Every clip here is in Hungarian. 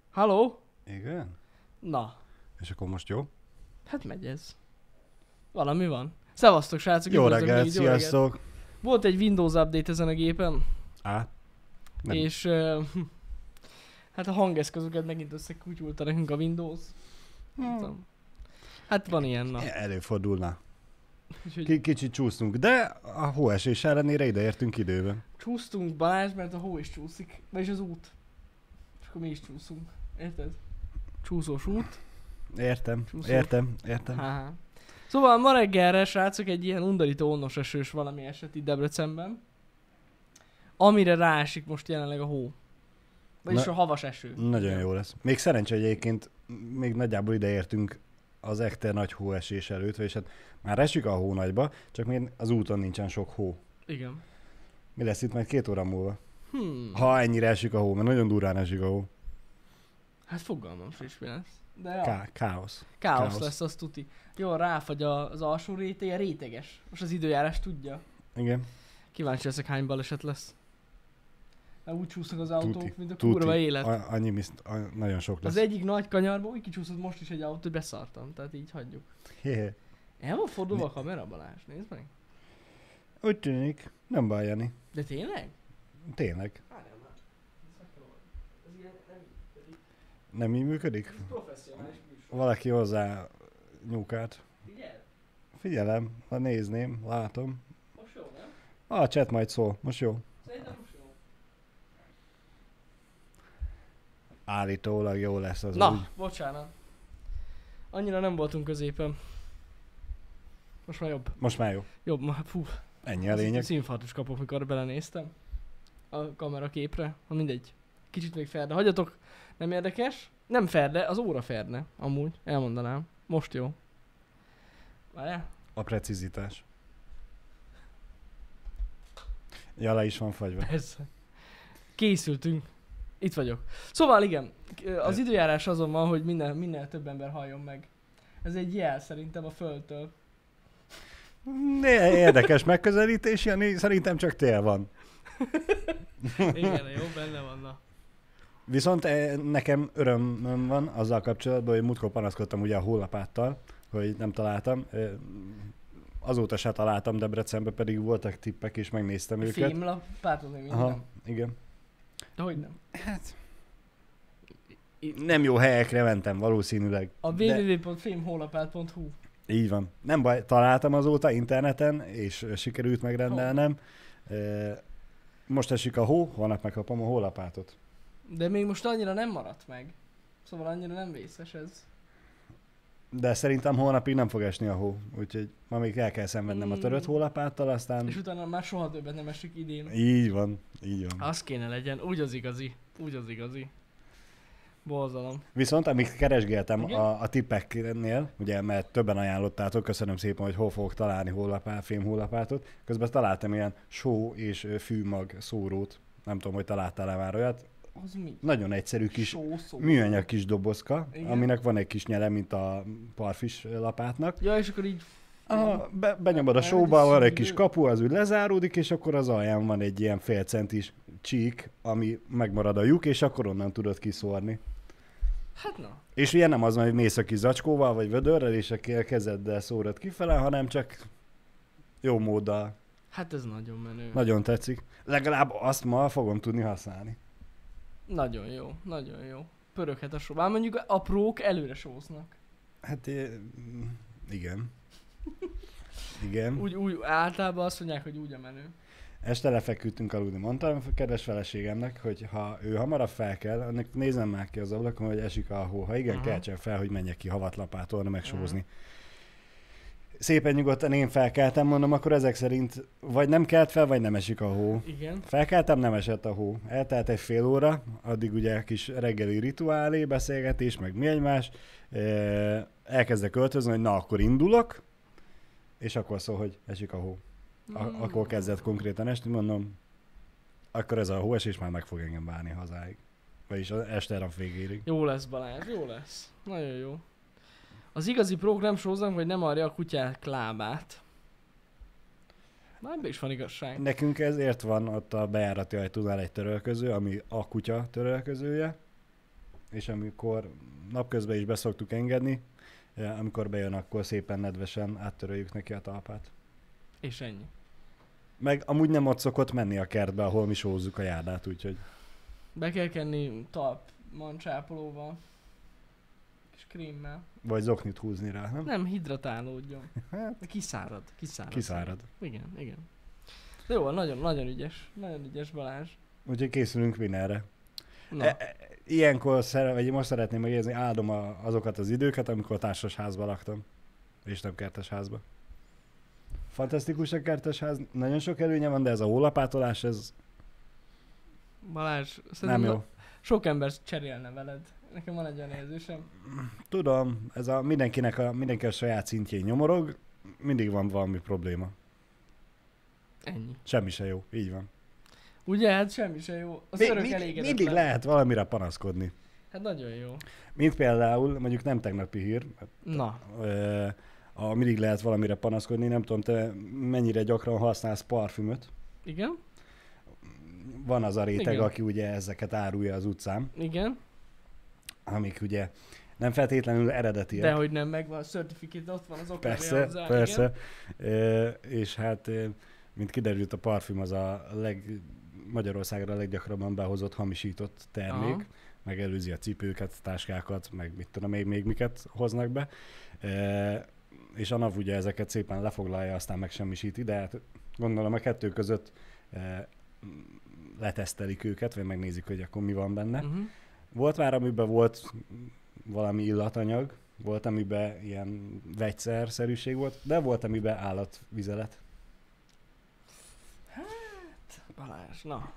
Halló? Igen? Na, És akkor most jó? hát megy ez. Valami van. Szevasztok, srácok, Jó üdvözlök reggelt, mindenkit, jó reggelt. sziasztok! Volt egy Windows update ezen a gépen, Á, nem. és hát a hangeszközöket megint összekútyulta nekünk a Windows. Nem tudom. Hát van ilyen, na. Előfordulna. Úgyhogy Kicsit csúsztunk, de a hóesés ellenére ideértünk időben. csúsztunk, Balázs, mert a hó is csúszik. Vagyis az út. És akkor mi is csúszunk. Érted? Csúszós út. Értem, Csúszós. értem. Há. Szóval ma reggelre, srácok, egy ilyen undorító onnos esős valami esett itt Debrecenben. Amire ráesik most jelenleg a hó. Vagyis a havas eső. Nagyon jó lesz. Még szerencsé, hogy egyébként még nagyjából ideértünk az ekte nagy hóesés előtt, vagyis hát már esik a hó nagyba, csak még az úton nincsen sok hó. Igen. Mi lesz itt majd 2 óra múlva? Ha ennyire esik a hó, mert nagyon durrán esik a hó. Hát fogalmam friss mi lesz. De ja. Káosz. Káosz lesz, azt tuti. Jó, ráfagy az alsó rétege, réteges. Most az időjárás tudja. Igen. Kíváncsi leszek, hány baleset lesz. Mert úgy csúsznak az autók, Tuti. mint a kurva élet. Annyi nagyon sok lesz. Az egyik nagy kanyarba úgy kicsúszott most is egy autó, hogy beszartam. Tehát így hagyjuk. Héhé. El van fordulva a kamera, Balázs? Nézd meg. Úgy tűnik. Nem baj, Jani. De tényleg? Tényleg. Várjál már. Ez ilyen nem működik. Nem így működik? Ez professzionális műsor. Valaki hozzá nyúkált. Figyelj, Figyelem, ha nézném, látom. most jó, nem? A chat majd szól. Most jó. Szerintem most jó. Állítólag jó lesz az Na, úgy. bocsánat. Annyira nem voltunk középen. Most már jobb. Most már jó. Jobb, ma, fú. Ennyi a lényeg. Színfartus kapok, mikor belenéztem. A kameraképre. Ha mindegy. Kicsit még ferde. Hagyjatok, nem érdekes? Nem ferde, az óra ferde. Amúgy, elmondanám. Most jó. Várjál? A precizitás. Ja, le is van fagyva. Persze. Készültünk. Itt vagyok. Szóval igen, az időjárás azon van, hogy minél több ember halljon meg. Ez egy jel szerintem a Földtől. Érdekes megközelítés, Jani. Szerintem csak tél van. Igen, jó, benne van. Na. Viszont nekem örömöm van azzal kapcsolatban, hogy múltkor panaszkodtam ugye a hóllapáttal, hogy nem találtam. Azóta se találtam, Debrecenben pedig voltak tippek, és megnéztem őket. Fémlapátod még Aha, nem. igen. De hogy nem? Hát, nem jó helyekre mentem valószínűleg. A www.fémhólapát.hu. Így van. Nem baj, találtam azóta interneten, és sikerült megrendelnem. Most esik a hó, holnap megkapom a hólapátot. De még most annyira nem maradt meg. Szóval annyira nem vészes ez. De szerintem holnapig nem fog esni a hó, úgyhogy ma még el kell szenvednem a törött hólapáttal, aztán... És utána már soha többet nem esik idén. Így van, így van. Az kéne legyen, úgy az igazi. Úgy az igazi. Borzalom. Viszont amíg keresgéltem Igen? a tippeknél, ugye, mert többen ajánlottátok, köszönöm szépen, hogy hol fogok találni fémhólapátot, közben találtam ilyen só és fűmag szórót, nem tudom, hogy találtál-e már olyat. Az mi? Nagyon egyszerű kis Sószó. műanyag kis dobozka, Igen. aminek van egy kis nyele, mint a parfis lapátnak. Ja, és akkor így... Benyomod a Mert sóba, van egy kis szűrő. kapu, az úgy lezáródik, és akkor az alján van egy ilyen fél centis csík, ami megmarad a lyuk, és akkor onnan tudod kiszórni. Hát na. És ugye nem az van, hogy mész a kis zacskóval, vagy vödörrel, és a kezeddel szórod kifele, hanem csak jó móddal. Hát ez nagyon menő. Nagyon tetszik. Legalább azt ma fogom tudni használni. Nagyon jó, nagyon jó. Pöröghet a só. Már mondjuk aprók előre sóznak. Hát igen. Igen. Úgy általában azt mondják, hogy úgy a menő. Este lefeküdtünk aludni. Mondtam a kedves feleségemnek, hogy ha ő hamarabb fel kell, annak nézem már ki az ablakon, hogy esik a hó. Ha igen, keltsen fel, hogy menjek ki havatlapátolni, megsózni. Szépen nyugodtan én felkeltem, mondom, akkor ezek szerint vagy nem kelt fel, vagy nem esik a hó. Igen. Felkeltem, nem esett a hó. Eltelt egy fél óra, addig ugye kis reggeli rituálé, beszélgetés, meg mi egymás. Elkezdek öltözni, hogy na, akkor indulok, és akkor szól, hogy esik a hó. Akkor kezdett konkrétan esni, mondom, akkor ez a hóesés már meg fog engem várni hazáig. Vagyis az este a végéig. Jó lesz, Balázs, jó lesz. Nagyon jó. Az igazi program sózom, hogy nem arja a kutyák lábát. Már ebben is van igazság. Nekünk ezért van ott a bejárati ajtónál egy törölköző, ami a kutya törölközője. és amikor napközben is beszoktuk engedni, amikor bejön, akkor szépen nedvesen áttöröljük neki a talpát. És ennyi. Meg amúgy nem ott szokott menni a kertbe, ahol mi sózzuk a járdát, úgyhogy... Be kell kenni talp mancsápolóval. Kis krémmel. Vagy zoknit húzni rá, nem? Nem, hidratálódjon. Hát, Kiszárad. kiszárad. Igen. De jó, nagyon ügyes. Nagyon ügyes Balázs. Úgyhogy készülünk mindenre. Na, Ilyenkor vagy most szeretném megérzni, áldom azokat az időket, amikor társasházban laktam. És nem kertesházban. Fantasztikus a kertesház, nagyon sok előnye van, de ez a hólapátolás, ez Balázs, nem szerintem jó. sok ember cserélne veled. Nekem van egy olyan érzésem. Tudom, ez mindenki a saját szintjén nyomorog, mindig van valami probléma. Ennyi. Semmi se jó, így van. Ugye? Hát semmi se jó. Az örök elégedetlen. Mindig lehet valamire panaszkodni. Hát nagyon jó. Mint például, mondjuk nem tegnapi hír, Na, mindig lehet valamire panaszkodni, nem tudom, te mennyire gyakran használsz parfümöt. igen? Van az a réteg, Igen. aki ugye ezeket árulja az utcán, Igen. amik ugye nem feltétlenül eredetiek. Dehogy nem, megvan a certificate, ott van az oklevél Persze, hozzá, persze. És hát, mint kiderült, a parfüm az Magyarországra leggyakrabban behozott hamisított termék. Aha. Megelőzi a cipőket, táskákat, meg mit tudom még miket hoznak be. És a NAV ugye ezeket szépen lefoglalja, aztán megsemmisíti, de hát gondolom a kettő között letesztelik őket, vagy megnézik, hogy akkor mi van benne. Uh-huh. Volt már, amiben volt valami illatanyag, volt, amiben ilyen vegyszerszerűség volt, de volt, amiben állatvizelet. Balázs, na.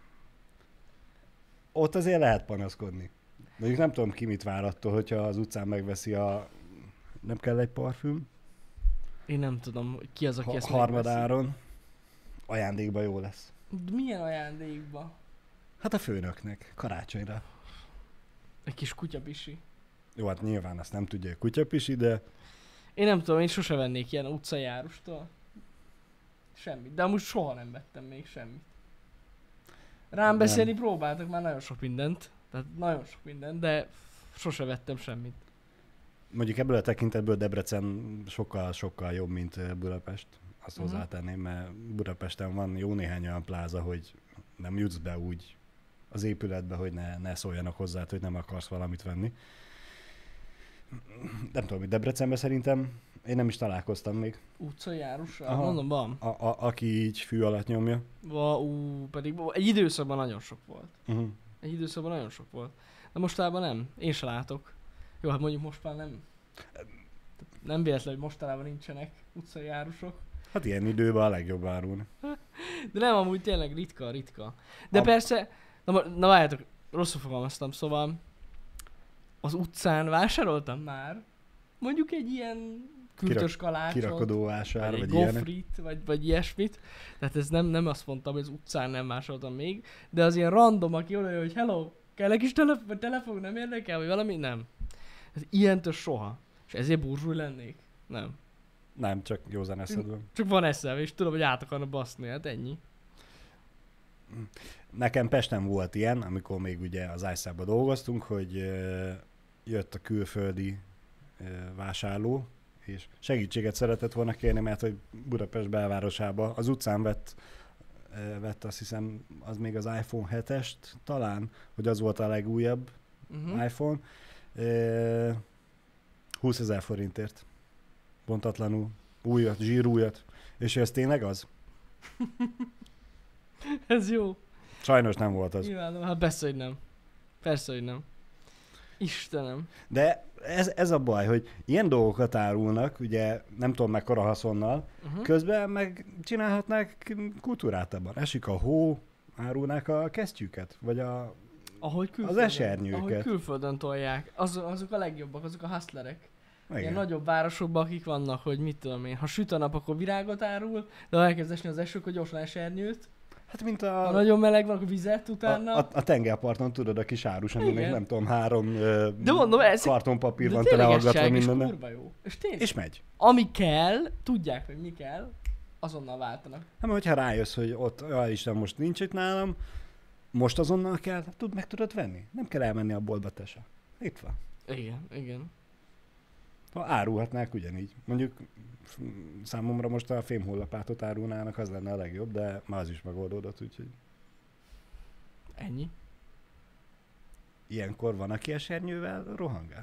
Ott azért lehet panaszkodni. Mondjuk nem tudom ki mit vár attól, hogyha az utcán megveszi nem kell egy parfüm? Én nem tudom, hogy ki az, aki ezt megveszi. Harmadáron. Ajándékban jó lesz. De milyen ajándékba? Hát a főnöknek, karácsonyra. Egy kis kutyapisi. Jó, hát nyilván azt nem tudja a kutyapisi, de Én nem tudom, én sose vennék ilyen utcajárustól. Semmit. De amúgy soha nem vettem még semmit. Rám Nem. beszélni próbáltak már nagyon sok mindent. Tehát nagyon sok mindent, de sose vettem semmit. mondjuk ebből a tekintetből Debrecen sokkal jobb, mint Budapest. Azt Mhm. hozzátenném, mert Budapesten van jó néhány olyan pláza, hogy nem jutsz be úgy az épületbe, hogy ne szóljanak hozzá, hogy nem akarsz valamit venni. Nem tudom, hogy Debrecenben szerintem én nem is találkoztam még. Utcajárussal? Aha. Mondom, van. Aki így fű alatt nyomja. Pedig egy időszakban nagyon sok volt. Uh-huh. Egy időszakban nagyon sok volt. De mostában nem. Én se látok. Jó, hát mondjuk most már nem. Nem véletlen, hogy mostanában nincsenek utcajárusok. Hát ilyen időben a legjobb árulni. De nem, amúgy tényleg ritka. De persze, na várjátok, rosszul fogalmaztam, szóval az utcán vásároltam már mondjuk egy ilyen kürtös kalácsot, Kirakodó vásár, vagy egy vagy ilyenek. gofrit, vagy ilyesmit. Tehát ez nem azt mondtam, hogy az utcán nem vásároltam még, de az ilyen random, aki oda jön, hogy hello, kell egy kis telefon, nem érdekel, vagy valami? Nem. Ez ilyentől soha. És ezért burzsúly lennék? Nem. Nem, csak józan eszed van. Csak van eszem, és tudom, hogy át akarna baszni, hát ennyi. Nekem Pesten volt ilyen, amikor még ugye az ISA-ban dolgoztunk, hogy jött a külföldi vásárló, és segítséget szeretett volna kérni, mert hogy Budapest belvárosába az utcán vett azt hiszem, az még az iPhone 7-est talán, hogy az volt a legújabb iPhone. 20 000 forintért. Pontatlanul. Újat, zsírújat. És ez tényleg az? Ez jó. Sajnos nem volt az. Nyilván, hát persze, hogy nem. Persze, hogy nem. Istenem. De ez a baj, hogy ilyen dolgokat árulnak, ugye nem tudom mekkora haszonnal, Uh-huh. közben meg csinálhatnák kultúráltabban. Esik a hó, árulnák a kesztyűket, vagy Ahogy az esernyőket. Ahogy külföldön tolják. Azok a legjobbak, azok a hustlerek. Ilyen Igen. nagyobb városokban, akik vannak, hogy mit tudom én. Ha süt a nap, akkor virágot árul, de ha elkezd esni az eső, akkor gyorsan esernyőt. Hát mint Ha nagyon meleg van, akkor vizet utána. a tengerparton tudod, a kis árus, aminek Igen. nem tudom, 3 De mondom, ez kartonpapír de van tényleg teleaggatva és mindenne. kurva jó. És tényleg, És megy. ami kell, tudják, hogy mi kell, azonnal váltanak. Hát, hogyha rájössz, hogy ott, Isten, most nincs itt nálam, Most azonnal kell, meg tudod venni. Nem kell elmenni a boltba, te se. Itt van. Igen. Ha árulhatnák ugyanígy. Mondjuk számomra most a fémhullapátot árulnának, az lenne a legjobb, de már az is megoldódott, úgyhogy Ennyi. ilyenkor van, aki esernyővel rohangál.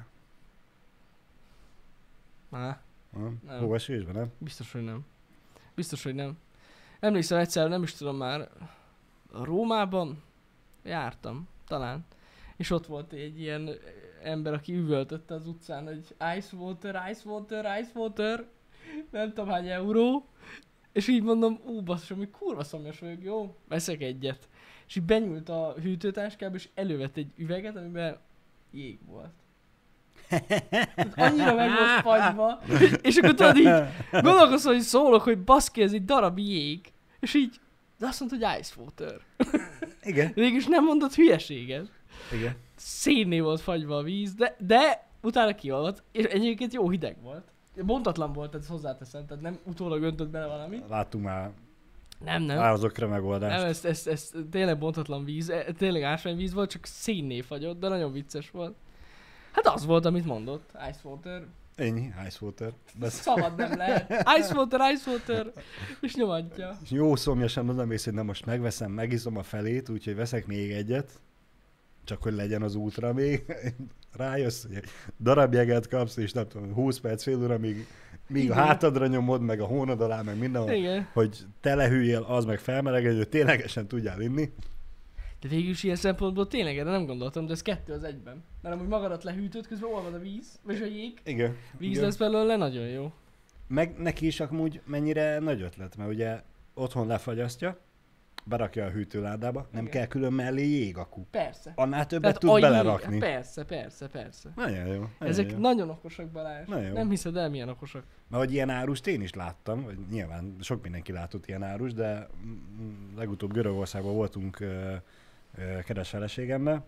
Nem. Hóesésben, nem? Biztos, hogy nem. Emlékszem egyszer, nem is tudom már, Rómában jártam, talán. És ott volt egy ilyen ember, aki üvöltötte az utcán, hogy ice water, nem tudom hány euró. És így mondom, basszus, ami kurva szomjas vagyok, jó? Veszek egyet. És így benyúlt a hűtőtáskába, és elővett egy üveget, amiben jég volt. Tehát annyira meg volt fagyva, és akkor tudod így gondolkozol, hogy szólok, hogy baszki, ez egy darab jég. És így, de azt mondta, hogy ice water. Igen. Végülis nem mondott hülyeséget. Igen. Szénné volt fagyva a víz, de utána kiolvadt, és egyébként jó hideg volt. Bontatlan volt, ezt hozzáteszem, tehát nem utólag öntött bele valami. Láttunk már Nem. azokra megoldást. Nem, ez tényleg bontatlan víz, tényleg ásványvíz volt, csak szénné fagyott, de nagyon vicces volt. Hát az volt, amit mondott, ice water. Ennyi, ice water. Szabad nem lehet. Ice water, és nyomatja. És jó szomjasan mondom ész, hogy na most megveszem, megiszom a felét, úgyhogy veszek még egyet. Csak hogy legyen az útra még. Rájössz, hogy egy darab jeget kapsz, és nem tudom, 20 perc, fél óra, míg a hátadra nyomod, meg a hónod alá, meg mindenhol, Igen. hogy te lehűljél, az meg felmelegedj, hogy ténylegesen tudjál inni. De végül is ilyen szempontból tényleg erre nem gondoltam, de ez 2 az 1-ben. Mert amúgy magadat lehűtöd, közben olvad a víz, vagy a jég. Igen. Víz igen. lesz belőle, nagyon jó. Meg neki is amúgy mennyire nagy ötlet, mert ugye otthon lefagyasztja, berakja a hűtőládába, nem Igen. kell külön mellé jégakú. Persze. Annál többet Tehát tud belerakni. Persze. Nagyon jó. Ezek jó. nagyon okosak, Balázs. Nagyon jó. Nem hiszed el, milyen okosak. Mert hogy ilyen árust én is láttam, vagy nyilván sok mindenki látott ilyen árust, de legutóbb Görögországban voltunk kedves feleségemmel,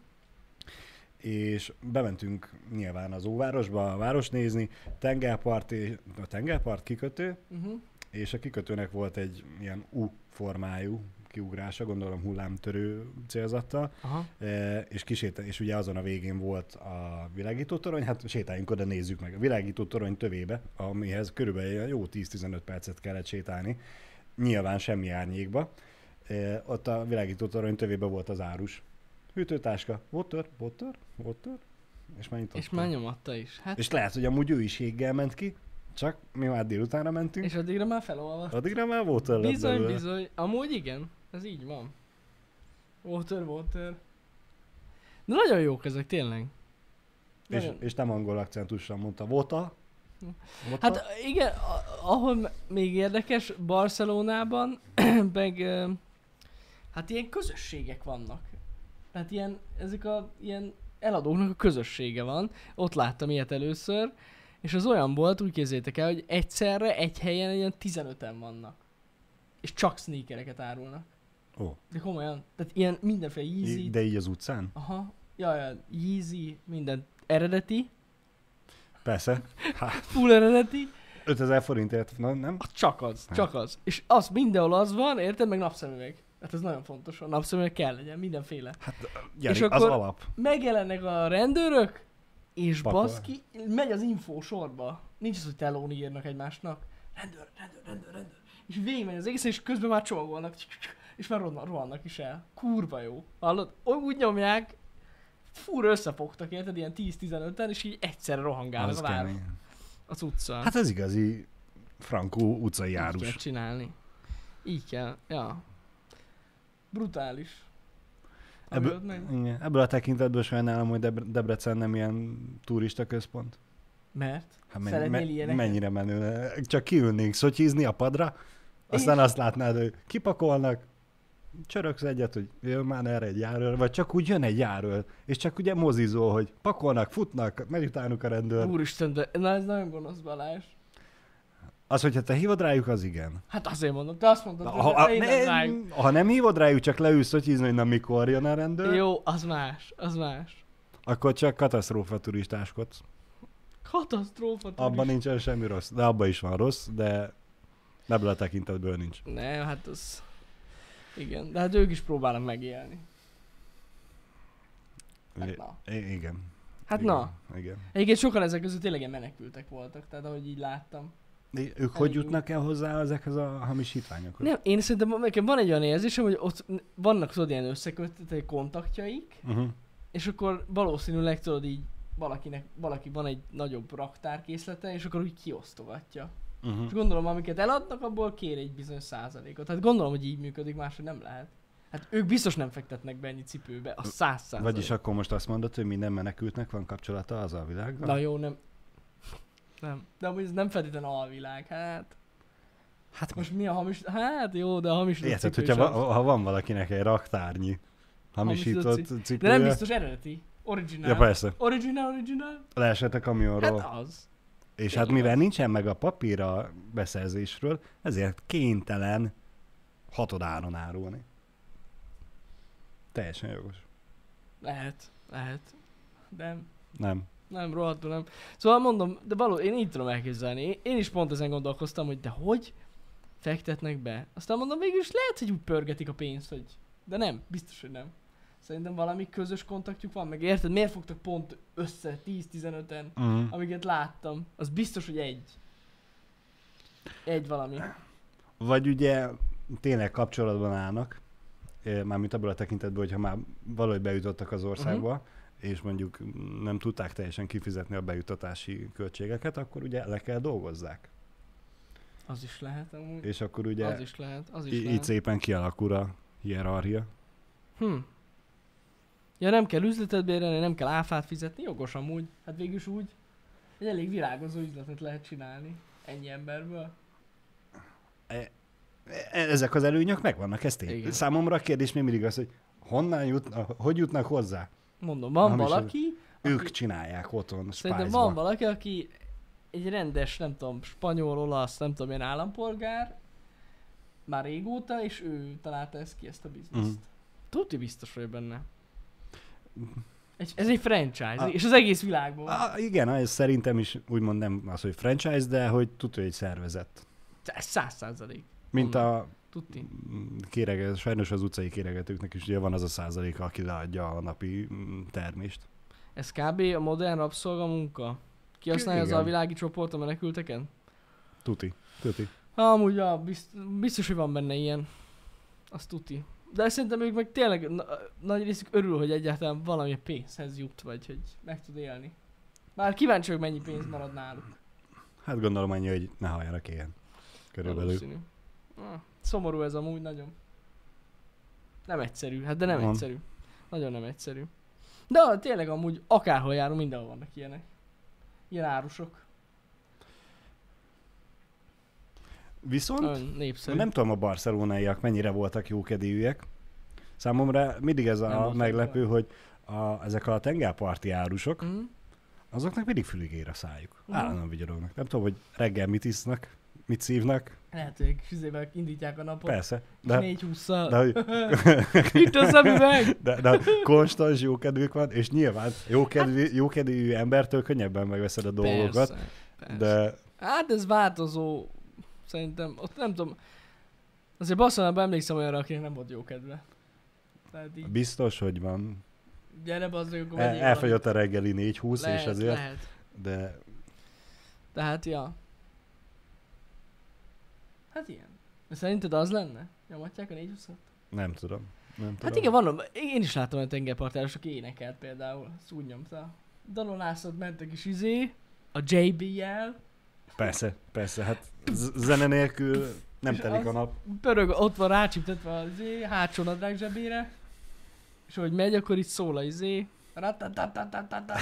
és bementünk nyilván az óvárosba a város nézni, tengerpart kikötő, és a kikötőnek volt egy ilyen U-formájú kiugrása, gondolom hullámtörő célzattal, és ugye azon a végén volt a világítótorony, hát sétáljunk oda, nézzük meg. A világítótorony tövébe, amihez körülbelül jó 10-15 percet kellett sétálni, nyilván semmi árnyékba. Ott a világítótorony tövébe volt az árus. Hűtőtáska, water, és már nyitottam. És már nyomatta is. Hát, És lehet, hogy amúgy ő is jéggel ment ki, csak mi már délutánra mentünk. és addigra már felolvadt. Addigra már water lett belőle. Bizony. Amúgy igen, ez így van. Water. De nagyon jók ezek, tényleg. És nem angol akcentussal mondta, water. Hát igen, ahol még érdekes, Barcelonában, meg hát ilyen közösségek vannak. Tehát ilyen eladóknak a közössége van. Ott láttam ilyet először, és az olyan volt, úgy képzeljétek el, hogy egyszerre egy helyen ilyen 15-en vannak. És csak sneakereket árulnak. Ó. De komolyan. Tehát ilyen mindenféle Yeezy. De így az utcán? Aha. Ja, Yeezy, minden eredeti. Persze. Full eredeti. 5000 forintért, nem? Csak az. És az mindenhol az van, érted? Meg napszemüveg. Hát ez nagyon fontos, a napszemüveg kell legyen, mindenféle. Hát, és az akkor alap. megjelennek a rendőrök, és Pakol. baszki, megy az info sorba. Nincs az, hogy telóni írnak egymásnak. Rendőr. És végigmegy az egész, és közben már csomagolnak. És már rohannak is el. Kurva jó. Hallod? Úgy nyomják, fúra összefogtak, érted? Ilyen 10-15-en, és így egyszerre rohangálnak Az a város. kemény. Az utca. Hát ez igazi frankó utcai Így kell járus. csinálni. Így kell, ja. Brutális. Ebből a tekintetből sajnálom, hogy Debrecen nem ilyen turista központ. Mert? Hát Szeretnél ilyeneket? mennyire menő. Csak kiülnénk szotyizni a padra, aztán azt látnád, hogy kipakolnak, csöröksz egyet, hogy jön már erre egy járőr, vagy csak úgy jön egy járőr, és csak ugye mozizol, hogy pakolnak, futnak, megy utánuk a rendőr. Úristen, de na ez nagyon gonosz, Balázs. Az, hogyha te hívod rájuk, az igen. Hát azért mondom, te azt mondtad, hogy én nem rájuk. Ha nem hívod rájuk, csak leülsz szotyizni, hogy na mikor jön a rendőr, Jó, az más. akkor csak katasztrófa turistáskodsz. Katasztrófa. Abban nincsen semmi rossz, de abban is van rossz, de ebből a tekintetből nincs. Ne, hát az... Igen, de hát ők is próbálnak megélni. Hát na. Igen. Hát igen. na. Igen. Egyébként sokan ezek között tényleg ilyen menekültek voltak, tehát ahogy így láttam. Ők hogy jutnak el hozzá ezekhez a hamisítványokhoz? Nem, én szerintem nekem van egy olyan érzésem, hogy ott vannak tudod ilyen összeköttetett kontaktjaik, és akkor valószínűleg tudod így valaki van egy nagyobb raktárkészlete, és akkor úgy kiosztogatja. És gondolom, amiket eladnak, abból kér egy bizonyos százalékot. Tehát gondolom, hogy így működik, máshogy nem lehet. Hát ők biztos nem fektetnek be ennyi cipőbe, a 100%. Vagyis akkor most azt mondod, hogy minden menekültnek van kapcsolata az alvilággal? Na jó, nem. Nem. De amúgy ez nem feltétlenül alvilág, hát. Hát most mi a hamis... Hát jó, de a hamisított érted, cipő hogyha sem. ha van valakinek egy raktárnyi hamisított cipője... De nem biztos eredeti. Original. Ja, persze. Original. Leesett a kamionról. Hát az. És Tényleg hát mivel az. nincsen meg a papír a beszerzésről, ezért kénytelen hatodáron árulni. Teljesen jogos. Lehet. De Nem. rohadtul nem. Szóval mondom, de én így tudom elképzelni. Én is pont ezen gondolkoztam, hogy de hogy fektetnek be. Aztán mondom, végül is lehet, hogy úgy pörgetik a pénzt, hogy... De nem, biztos, hogy nem. Szerintem valami közös kontaktjuk van, meg érted? Miért fogtak pont össze 10-15-en, amiket láttam? Az biztos, hogy egy valami. Vagy ugye tényleg kapcsolatban állnak, mármint abból a tekintetből, hogyha már valahogy bejutottak az országba, és mondjuk nem tudták teljesen kifizetni a bejutatási költségeket, akkor ugye le kell dolgozzák. Az is lehet amúgy. És akkor ugye Az is lehet. így szépen kialakul a hierarchia. Ja, nem kell üzletet bérelni, nem kell áfát fizetni, jogos amúgy. Hát végülis úgy, egy elég virágozó üzletet lehet csinálni ennyi emberből. Ezek az előnyök megvannak, ez tény. Igen. Számomra a kérdés még mindig az, hogy hogy jutnak hozzá? Mondom, van Nem is valaki... Ők csinálják otthon, Szerintem Spice-ba. van valaki, aki egy rendes, nem tudom, spanyol, olasz, nem tudom, ilyen állampolgár, már régóta, és ő találta ezt a bizniszt. Tudti biztos vagy benne. Ez egy franchise, és az egész világban van. Igen, ez szerintem is úgymond nem az, hogy franchise, de hogy tudja, hogy egy szervezet. Ez 100%. Mint a Tudti. sajnos az utcai kéregetőknek is ugye van az a százaléka, aki leadja a napi termést. Ez kb. A modern rabszolgamunka? Kihasználja az Igen. alvilági csoport a menekülteken? Tuti. Amúgy biztos, hogy van benne ilyen. Azt tuti. De szerintem ők meg tényleg nagy részük örül, hogy egyáltalán valami pénzhez jut, vagy hogy meg tud élni. Bár kíváncsi vagyok, mennyi pénz marad náluk. Hát gondolom annyi, hogy ne halljanak ilyen. Körülbelül. Valószínű. Szomorú ez amúgy nagyon. Nem egyszerű, hát de nem Van. egyszerű. Nagyon nem egyszerű. De tényleg amúgy akárhol járunk, mindenhol vannak ilyenek. Ilyen árusok. Viszont Nagyon népszerű. nem tudom a barcelonaiak mennyire voltak jókedélyűek. Számomra mindig ez Nem a volt meglepő, hogy ezek a tengerparti árusok, Mhm. azoknak mindig fülig ér a szájuk. Mhm. Állandóan vigyorognak. Nem tudom, hogy reggel mit isznak, mit szívnak. Lehet, hogy füzével indítják a napot. Persze. De, De, 4-20-szal. de, hogy, Itt a szemüveg! de konstans jókedvük van, és nyilván jókedvű embertől könnyebben megveszed a dolgokat. Persze. De Hát ez változó. Szerintem, ott nem tudom. Azért Barcelonában emlékszem olyanra, akinek nem volt jó kedve. Tehát így, biztos, hogy van. gyere bazdmeg, akkor vegyél Elfogyott a reggeli 4-20, valamit. és Lehet, azért, lehet. de Tehát, ja. Hát ilyen. De szerinted az lenne? Nyomatják a 420-at? nem tudom. Hát igen, van, én is láttam olyan tengerpartáros, aki énekelt például. Ezt úgy nyomta. Danolászat mentek is a JBL. Persze, hát zene nélkül nem És telik a az- nap. Pörög, ott van rácsiptetve az hátsó nadrág zsebére. És ahogy megy, akkor itt szól a ratatatatata.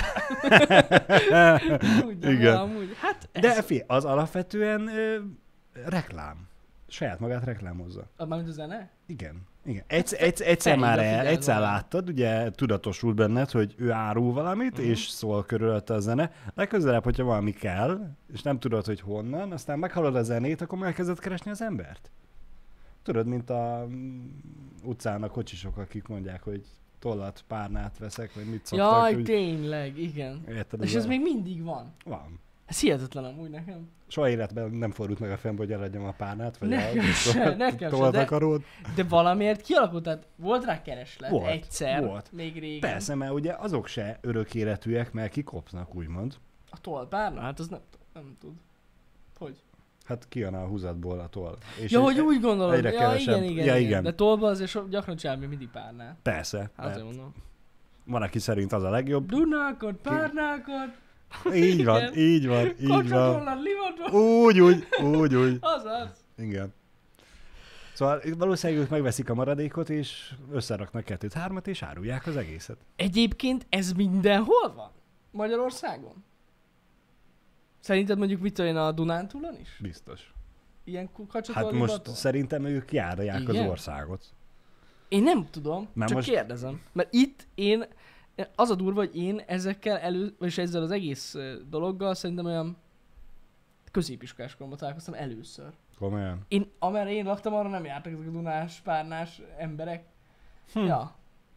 Úgy, Igen. amúgy. Hát ez. De figyelj, az alapvetően reklám. Saját magát reklámozza. Mármint a zene? Igen. Egyszer Felhívja egyszer valami. láttad, ugye tudatosult benned, hogy ő árul valamit, és szól körülötte a zene. Legközelebb, hogyha valami kell, és nem tudod, hogy honnan, aztán meghallod a zenét, akkor elkezded keresni az embert. Tudod, mint a utcán a kocsisok, akik mondják, hogy tollat, párnát veszek, vagy mit szoktak. Jaj, úgy- tényleg, igen. Érted, És ez még mindig van. Van. Ez hihetetlen amúgy nekem. Soha életben nem fordult meg a fejembe, hogy eladjam a párnát, vagy Nekem se, toltakarót. de valamiért kialakult, tehát volt rá kereslet Volt, egyszer, volt. még régen. Persze, mert ugye azok se örök életűek, mert kikopnak, úgymond. A tollpárna? Hát az nem tud. Hogy? Hát kijön a húzatból a toll. És Ja, hogy úgy gondolod. egyre Ja, kevesebb. igen. Ja, igen. De tollba azért gyakran csinálni mindig párnát. Persze. Hát mert azért mondom. van, aki szerint az a legjobb. Dunákod, párnákod. Így van, Igen. így van, így van. Kocsatornad, livatod. Úgy. Azaz. Igen. Szóval valószínűleg ők megveszik a maradékot, és összeraknak 2-3-at, és árulják az egészet. Egyébként ez mindenhol van? Magyarországon? Szerinted mondjuk mit tudom én a Dunántúlon is? Biztos. Ilyen Hát kacsatorni most baton? szerintem ők járják az Igen? országot. Én nem tudom, Mert csak most- kérdezem. Mert itt az a durva, hogy én ezekkel vagyis ezzel az egész dologgal szerintem olyan középiskolás koromban találkoztam először. Komolyan. Amerre én laktam, arra nem jártak ezek a dunás, párnás emberek. Ja,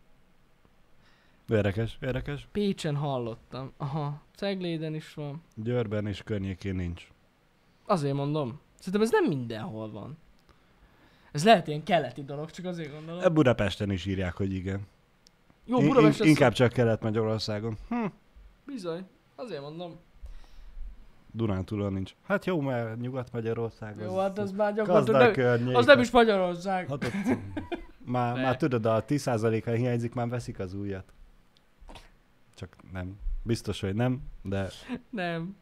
Érdekes. Pécsen hallottam. Aha, Cegléden is van. Győrben és környékén nincs. Azért mondom. Szerintem ez nem mindenhol van. Ez lehet ilyen keleti dolog, csak azért gondolom. Budapesten is írják, hogy igen. Jó, Budapest az Inkább csak Kelet-Magyarországon. bizony. Azért mondom. Dunántúlon nincs. Hát jó, mert Nyugat-Magyarország Jó, hát az már gazdag gyakorlatilag környék. az nem is Magyarország. Hát ott, már tudod, a 10%-a hiányzik, már veszik az újat. Csak nem. Biztos, hogy nem, de Nem.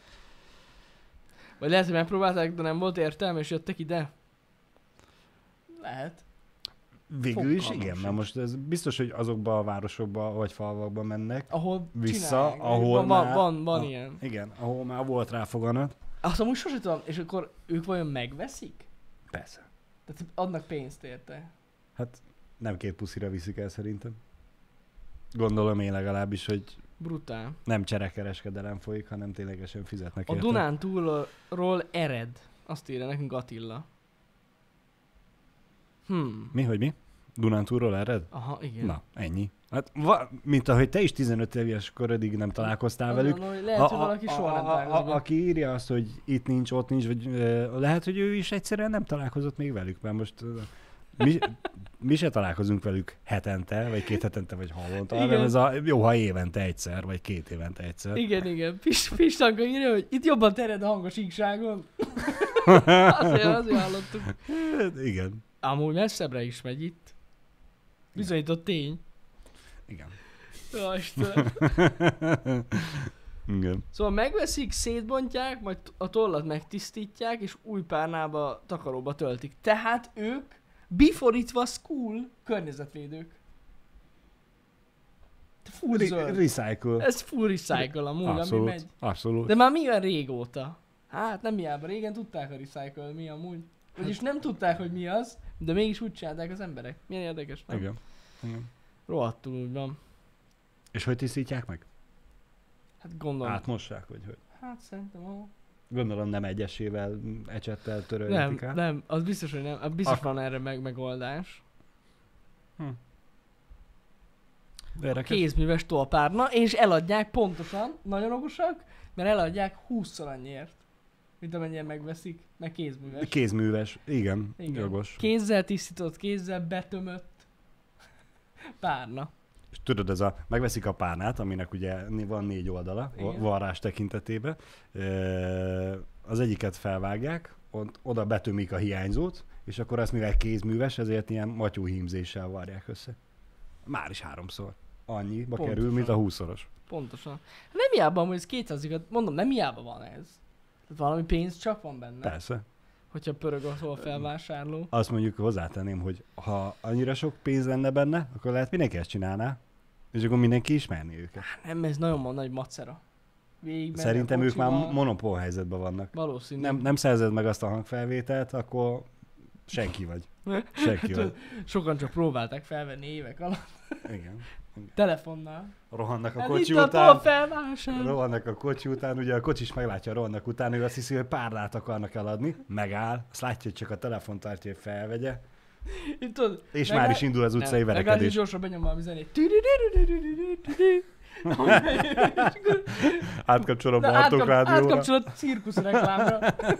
Vagy lehet, hogy megpróbálták, de nem volt értelme, és jöttek ide. Lehet. végül is Fogalmam igen, sincs. mert most ez biztos, hogy azokba a városokba vagy falvakba mennek. Ahol Vissza, csinálják. ahol van, már- van a- ilyen. Igen, ahol már volt rá foganat. Azt amúgy sosem tudom, és akkor ők vajon megveszik? Persze. Tehát adnak pénzt érte. Hát nem 2 puszira viszik el szerintem. Gondolom én legalábbis, hogy Brutál. nem cserekereskedelem folyik, hanem ténylegesen fizetnek A érte. Dunántúlról ered. Azt írja nekünk Attila. Mi? Dunántúlról ered? Aha, igen. Na, ennyi. Hát, mint ahogy te is 15 éves korodig nem találkoztál Azt velük. mondom, hogy lehet, hogy valaki soha nem találkozott. Aki írja azt, hogy itt nincs, ott nincs, vagy lehet, hogy ő is egyszerűen nem találkozott még velük, mert most mi se találkozunk velük hetente, vagy 2 hetente, vagy havonta, hanem Igen. ez a jó, ha évente egyszer, vagy 2 évente egyszer. Igen. Pistanka írja, hogy itt jobban terjed a hangos ígságon. azért hallottuk. Igen. Amúgy messzebbre is megy itt. Bizonyított tény. Igen. Ja, Istenem. Igen. Szóval megveszik, szétbontják, majd a tollat megtisztítják, és új párnába, takaróba töltik. Tehát ők before it was cool környezetvédők. Full zöld. Recycle. Ez full recycle amúgy, ami Abszolút. megy. Abszolút. De már milyen régóta? Hát nem hiába, régen tudták a recycle mi amúgy. Vagyis nem tudták, hogy mi az, de mégis úgy csinálták az emberek. Milyen érdekes, nem? Igen. Igen. Rohadtul úgy van. És hogy tisztítják meg? Hát gondolom. Átmossák, vagy hogy? Hát szerintem ahol. Gondolom nem egyesével, ecsettel törölhetik át. Nem, az biztos, hogy nem. Biztos van erre megoldás. Érdekes. Kézműves tollpárna, és eladják pontosan, nagyon okosak, mert eladják 20-szor annyiért, mint amennyien megveszik, meg kézműves. Kézműves, igen, jogos. Kézzel tisztított, kézzel betömött párna. És tudod, megveszik a párnát, aminek ugye van 4 oldala, Igen. varrás tekintetében. Az egyiket felvágják, oda betömik a hiányzót, és akkor azt mivel kézműves, ezért ilyen matyúhímzéssel varják össze. Már is 3-szor. Annyiba Pontosan. kerül, mint a 20-szoros. Pontosan. Nem hiába, hogy ez 200-ikat, mondom, nem hiába van ez. Tehát valami pénz csak van benne, Persze. hogyha pörög a felvásárló. Azt mondjuk hozzátenném, hogy ha annyira sok pénz lenne benne, akkor lehet mindenki ezt csinálná, és akkor mindenki ismerni őket. Nem, ez nagyon nagy macera. Szerintem ők már monopól helyzetben vannak. Valószínű. Nem szerzed meg azt a hangfelvételt, akkor senki vagy. Senki vagy. Sokan csak próbálták felvenni évek alatt. Igen. Telefonnal. Rohannak a Ez kocsi itt a után. felvásárló. Rohannak a kocsi után, ugye a kocsis meglátja, rohannak után, ő azt hiszi, hogy párlát akarnak eladni, megáll, azt látja, hogy csak a telefon tartja, hogy felvegye, Itt tudod, és már is indul az utcai Legalábbis verekedés. gyorsan benyom valami zenét. Átkapcsolom a Bartók rádióra. Átkapcsolod cirkusz reklámra.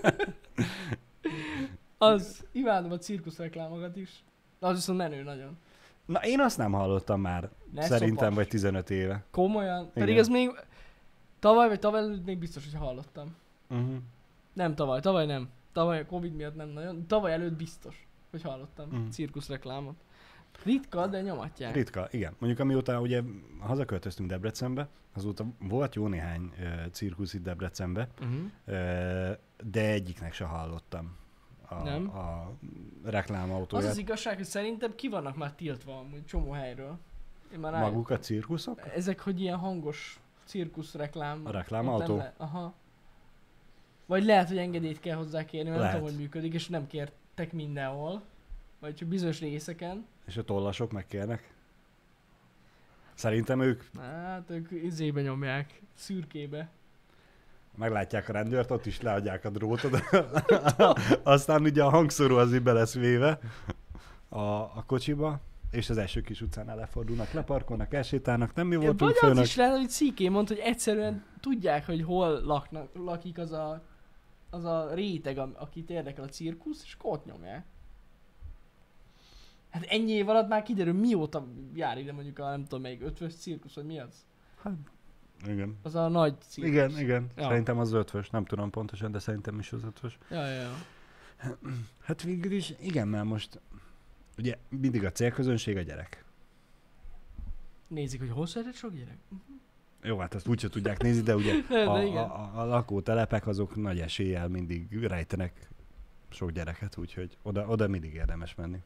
Az, imádom a cirkusz reklámokat is. Az viszont menő nagyon. Na én azt nem hallottam már. Ne Szerintem szopass. vagy 15 éve. Komolyan. Pedig Igen. ez még tavaly vagy tavaly előtt még biztos, hogy hallottam. Uh-huh. Nem tavaly nem. Tavaly a Covid miatt nem nagyon. Tavaly előtt biztos, hogy hallottam cirkusz reklámot. Ritka, de nyomatják. Ritka, igen. Mondjuk amióta ugye hazaköltöztünk Debrecenbe, azóta volt jó néhány cirkusz itt Debrecenbe, de egyiknek se hallottam Nem? a reklámautóját. Az az igazság, hogy szerintem ki vannak már tiltva amúgy csomó helyről. Én már Maguk a cirkuszok? ezek, hogy ilyen hangos cirkusz reklám. A reklámautó? Aha. Vagy lehet, hogy engedélyt kell hozzá kérni, mert nem Lehet. tudom, hogy működik, és nem kértek mindenhol. Vagy csak bizonyos részeken. És a tollasok megkérnek? Szerintem ők Hát ők izébe nyomják, szürkébe. meglátják a rendőrt, ott is leadják a drótot. Aztán ugye a hangszóró az így be lesz véve a kocsiba, és az első kis utcán lefordulnak, leparkolnak, elsétálnak, nem mi voltunk Vagy az főnök. is lehet, hogy Sziké mondta, hogy egyszerűen tudják, hogy hol lakik az a réteg, akit érdekel a cirkusz, és akkor ott nyomják. Hát ennyi év alatt már kiderül, mióta jár ide mondjuk a nem tudom melyik ötvös cirkusz, vagy mi az? Igen. Az a nagy cirkusz. Igen. Ja. Szerintem az ötvös, nem tudom pontosan, de szerintem is az ötvös. Ja. Hát végül is, igen, mert most ugye mindig a célközönség a gyerek. Nézik, hogy hol született sok gyerek. Jó, hát ezt úgyse tudják nézni, de ugye De igen. a lakótelepek azok nagy eséllyel mindig rejtenek sok gyereket, úgyhogy oda mindig érdemes menni.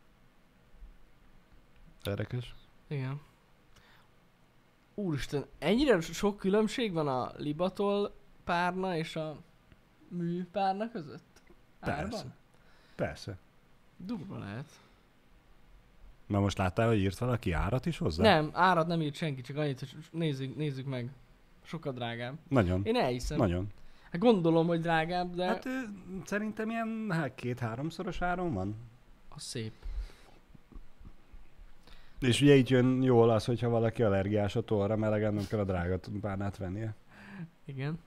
Érdekes. Igen. Úristen, ennyire sok különbség van a libatol párna és a mű párna között? Árban? Persze. Durva lehet. Na most láttál, hogy írt valaki árat is hozzá? Nem, árat nem írt senki, csak annyit, hogy nézzük meg. Sokkal drágább. Nagyon. Én elhiszem. Nagyon. Hát gondolom, hogy drágább, de Hát szerintem ilyen 2-3-szoros áron van. az szép. És ugye itt jön jól az, hogyha valaki allergiás a tollra, melegen nem kell a drága párnát vennie. Igen.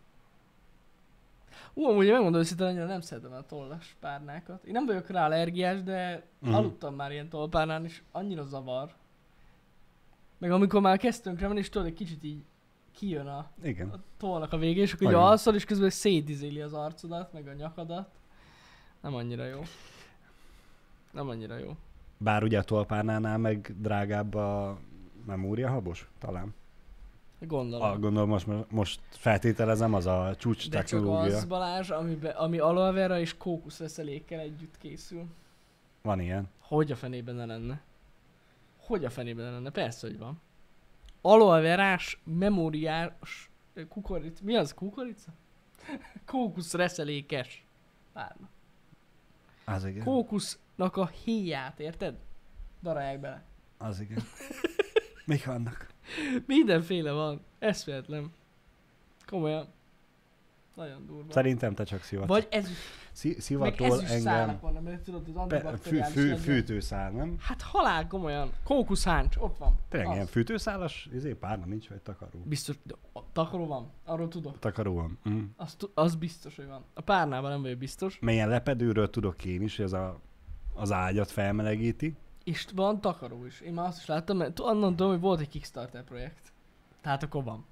Amúgy megmondom őszintén, annyira nem szeretem a tollas párnákat. Én nem vagyok rá allergiás, de aludtam már ilyen tollpárnán, és annyira zavar. Meg amikor már kezdtünk rá menni, és tudod, egy kicsit így kijön a Igen. tollnak a végén, és akkor így Nagyon. alszol, és közben szétizéli az arcodat, meg a nyakadat. Nem annyira jó. Nem annyira jó. Bár ugye a tollpárnánál meg drágább a memóriahabos, talán. Gondolom. Gondolom most feltételezem, az a csúcs De csak technológia. az, Balázs, ami aloe vera és kókuszreszelékkel együtt készül. Van ilyen. Hogy a fenében ne lenne? Hogy a fenében ne lenne? Persze, hogy van. Aloe verás, memóriás, kukorica. Mi az? Kukorica? Kókuszreszelékes párna. Az igen. Kókusznak a héját, érted? Darálják bele. Az igen. Mik vannak? Mindenféle van. Eszméletlen. Komolyan. Nagyon durva. Szerintem te csak szivatol. Vagy ez, meg Szivatol ezüst engem. szálak vannak, mert tudod, az antibakteriális legyen. Fűtőszál, nem? Hát halál komolyan. Kókuszháncs, ott van. Tényleg Az. ilyen fűtőszálas párna nincs, vagy takaró? Biztos, de a takaró van. Arról tudok. Takaró van. Az biztos, hogy van. A párnában nem vagyok biztos. Melyen lepedőről tudok én is, hogy ez az ágyat felmelegíti. És van takaró is. Én már azt is láttam, mert annak tudom, hogy volt egy Kickstarter projekt. Tehát akkor van.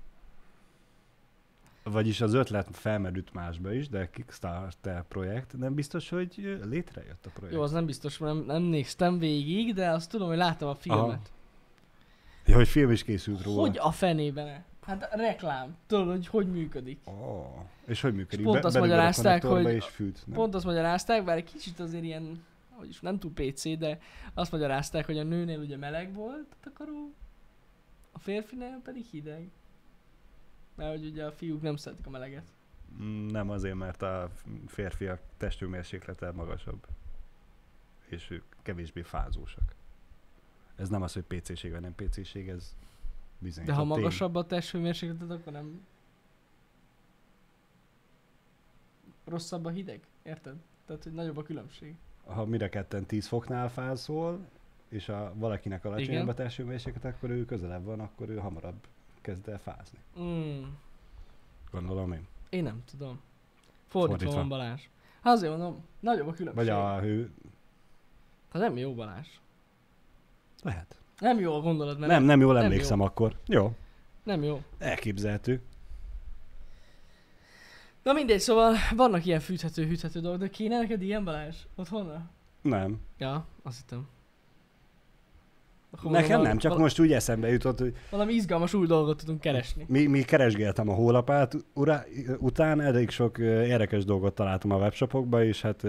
Vagyis az ötlet felmerült másba is, de Kickstarter projekt, nem biztos, hogy létrejött a projekt. Jó, az nem biztos, mert nem néztem végig, de azt tudom, hogy láttam a filmet. Aha. Ja, hogy film is készült róla. Hogy a fenében? Hát a reklám. Tudod, hogy működik. Oh. És hogy működik? És pont azt Belül a magyarázták, konnektorba hogy- És fűt, nem? Pont azt magyarázták, bár egy kicsit azért ilyen, hogy is nem túl PC, de azt magyarázták, hogy a nőnél ugye meleg volt a takaró, a férfinél pedig hideg. Mert hogy ugye a fiúk nem szeretik a meleget. Nem azért, mert a férfiak testhőmérséklete magasabb. És ők kevésbé fázósak. Ez nem az, hogy PC-ség vagy nem PC-ség, ez bizonyított De ha tény. magasabb a testhőmérsékleted, akkor nem rosszabb a hideg, érted? Tehát, hogy nagyobb a különbség. Ha mire ketten 10 foknál fázol, és valakinek alacsonyabb Igen. a testhőmérséklet, akkor ő közelebb van, akkor ő hamarabb kezd el fázni. Gondolom én. Én nem tudom. Fordítva van Balázs. Hát azért mondom, nagyobb a különbség. Vagy a hő... Hát nem jó Balázs. Lehet. Nem jó a gondolat, mert... Nem jól emlékszem jó. Akkor. Jó. Nem jó. Elképzelhető. Na mindegy, szóval vannak ilyen hűthető dolgok, de kéne neked ilyen Balázs? Otthonra? Nem. Ja, azt hittem. Akkor nekem nem, csak most úgy eszembe jutott, hogy... Valami izgalmas új dolgot tudunk keresni. Mi keresgéltem a hólapát után, elég sok érdekes dolgot találtam a webshopokba, és hát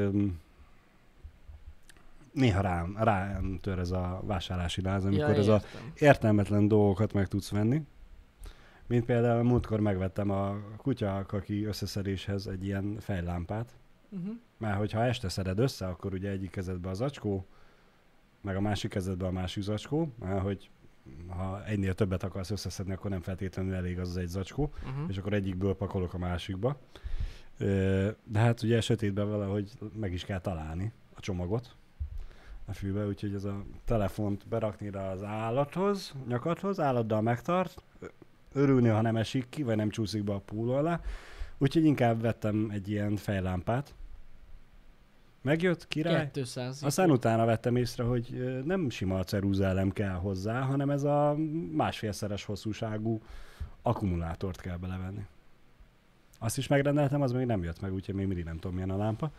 néha rám tör ez a vásárlási láz, amikor ez a értelmetlen dolgokat meg tudsz venni. Mint például múltkor megvettem a kutyakaki összeszedéshez egy ilyen fejlámpát. Mert hogyha este szeded össze, akkor ugye egyik kezedbe az zacskó, meg a másik kezedbe a másik zacskó, mert hogy ha egynél többet akarsz összeszedni, akkor nem feltétlenül elég az egy zacskó, és akkor egyikből pakolok a másikba. De hát ugye sötétben valahogy meg is kell találni a csomagot a fűbe, úgyhogy ez a telefont berakni rá az állathoz, nyakadhoz, álladdal megtart, örülni, ha nem esik ki, vagy nem csúszik be a póló alá. Úgyhogy inkább vettem egy ilyen fejlámpát. Megjött, király. 200. Aztán utána vettem észre, hogy nem sima ceruzálem kell hozzá, hanem ez a másfélszeres hosszúságú akkumulátort kell belevenni. Azt is megrendeltem, az még nem jött meg, úgyhogy még mindig nem tudom, milyen a lámpa.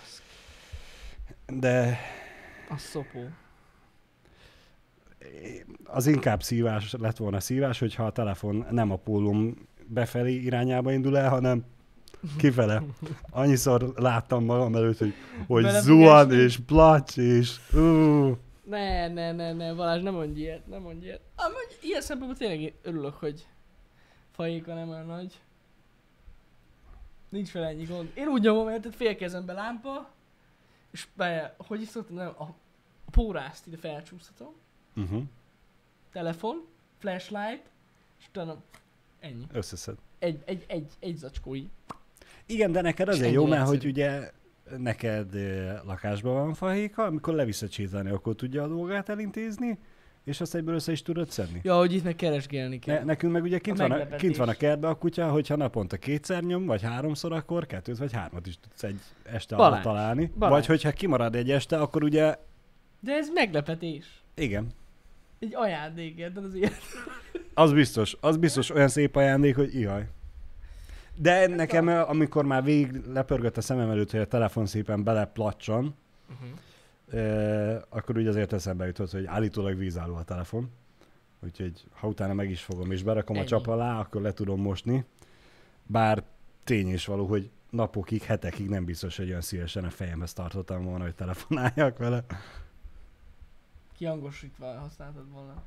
De... A szopó. Az inkább szívás lett volna szívás, hogyha a telefon nem a pólum befelé irányába indul el, hanem kifele. Annyiszor láttam magam előtt, hogy zuhan és placs és... Ne, Balázs, nem mondj ilyet. Amúgy ilyen szempontból tényleg örülök, hogy fajéka nem olyan nagy. Nincs fel ennyi gond. Én úgy nyomom, hogy fél kezembe lámpa, és hogy is szoktam, nem, a pórázt ide felcsúsztatom. Telefon, flashlight, és utána ennyi. Összeszed. Egy zacskói. Igen, de neked azért jó, mert hogy ugye neked lakásban van fahéka, amikor leviszed sétálni, akkor tudja a dolgát elintézni, és azt egyből össze is tudod szedni. Ja, hogy itt meg keresgélni kell. Nekünk meg ugye kint van a kertben a kutya, hogyha naponta 2-szer nyom, vagy 3-szor, akkor 2 vagy 3 is tudsz egy este alatt találni. Vagy hogyha kimarad egy este, akkor ugye... De ez meglepetés. Igen. Egy ajándék, érted az ilyen. Az biztos olyan szép ajándék, hogy ihaj. De nekem, amikor már végig lepörgött a szemem előtt, hogy a telefon szépen beleplatsan, akkor úgy azért eszembe jutott, hogy állítólag vízálló a telefon. Úgyhogy ha utána meg is fogom és berakom a csap alá, akkor le tudom mosni. Bár tény is való, hogy napokig, hetekig nem biztos, hogy olyan szívesen a fejemhez tartottam volna, hogy telefonáljak vele. Kihangosítva használtad volna.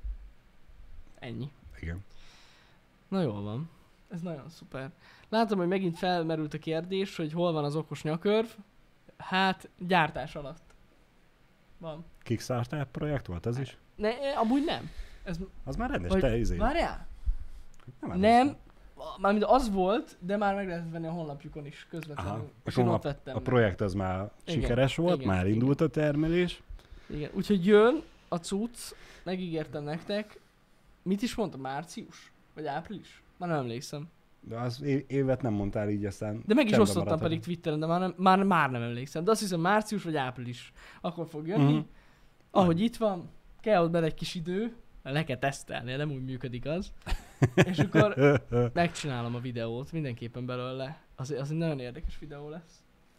Ennyi. Igen. Na jól van. Ez nagyon szuper. Látom, hogy megint felmerült a kérdés, hogy hol van az okos nyakörv. Hát, gyártás alatt. Van. Kickstarter projekt volt ez is? Amúgy nem. Az már rendes, te izé. Várjál? Nem. Mármint az volt, de már meg lehetett venni a honlapjukon is közvetlenül. És én ott vettem. A projekt az már sikeres volt, igen, már indult a termelés. Igen, úgyhogy jön a cucc, megígértem nektek. Mit is mondta? Március? Vagy április? Már nem emlékszem. De az évet nem mondtál így, aztán... De meg is osztottam pedig Twitteren, de már nem emlékszem. De azt hiszem március vagy április. Akkor fog jönni. Ahogy itt van, kell ott bele egy kis idő, le kell tesztelni, nem úgy működik az. És akkor megcsinálom a videót, mindenképpen belőle. Az egy nagyon érdekes videó lesz.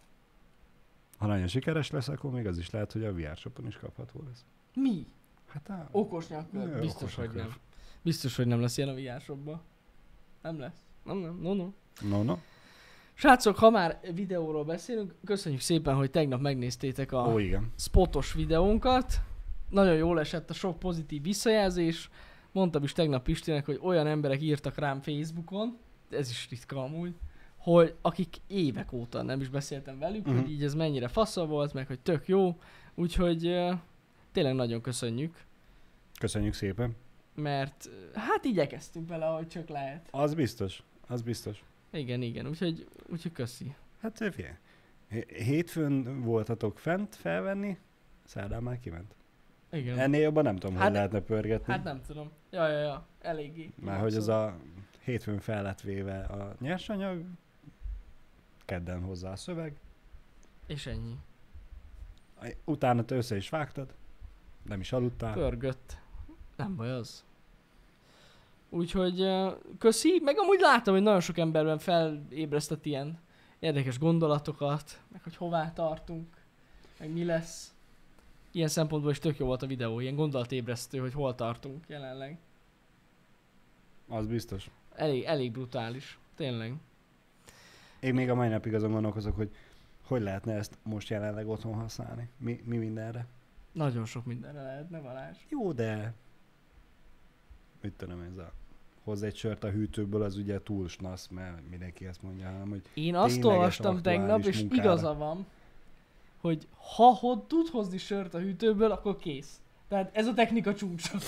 Ha nagyon sikeres lesz, akkor még az is lehet, hogy a VR shopon is kapható lesz. Mi? Hát okos nyakör? Biztos, hogy nem. Biztos, hogy nem lesz ilyen a VR shopban. Nem lesz. Nem. No. Srácok, ha már videóról beszélünk, köszönjük szépen, hogy tegnap megnéztétek a spotos videónkat. Nagyon jól esett a sok pozitív visszajelzés. Mondtam is tegnap Pistinek, hogy olyan emberek írtak rám Facebookon, ez is ritka amúgy, hogy akik évek óta nem is beszéltem velük, hogy így ez mennyire fasza volt, meg hogy tök jó. Úgyhogy tényleg nagyon köszönjük. Köszönjük szépen. Mert hát igyekeztünk vele, ahogy csak lehet. Az biztos. Igen, úgyhogy köszi. Hát figyelj, hétfőn voltatok fent felvenni, szerdán már kiment. Igen. Ennél jobban nem tudom, hogy lehetne pörgetni. Hát nem tudom. Ja. Eléggé. Már hogy az a hétfőn fel lett véve a nyersanyag, kedden hozzá a szöveg, És ennyi. utána te össze is vágtad, nem is aludtál. Pörgött. Nem baj az. Úgyhogy köszi, meg amúgy látom, hogy nagyon sok emberben felébresztett ilyen érdekes gondolatokat, meg hogy hová tartunk, meg mi lesz. Ilyen szempontból is tök jó volt a videó, ilyen gondolatébresztő, hogy hol tartunk jelenleg. Az biztos. Elég brutális, tényleg. Én még a mai napig azon gondolkozok, hogy lehetne ezt most jelenleg otthon használni. Mi mindenre. Nagyon sok mindenre lehetne, Balázs. Jó, de mit tudom, ez a hozzá egy sört a hűtőből, az ugye túl snasz, mert mindenki ezt mondja, hanem hogy Én azt tényleges, olvastam tegnap, aktuális és munkára. igaza van, hogy ha tud hozni sört a hűtőből, akkor kész. Tehát ez a technika csúcsa.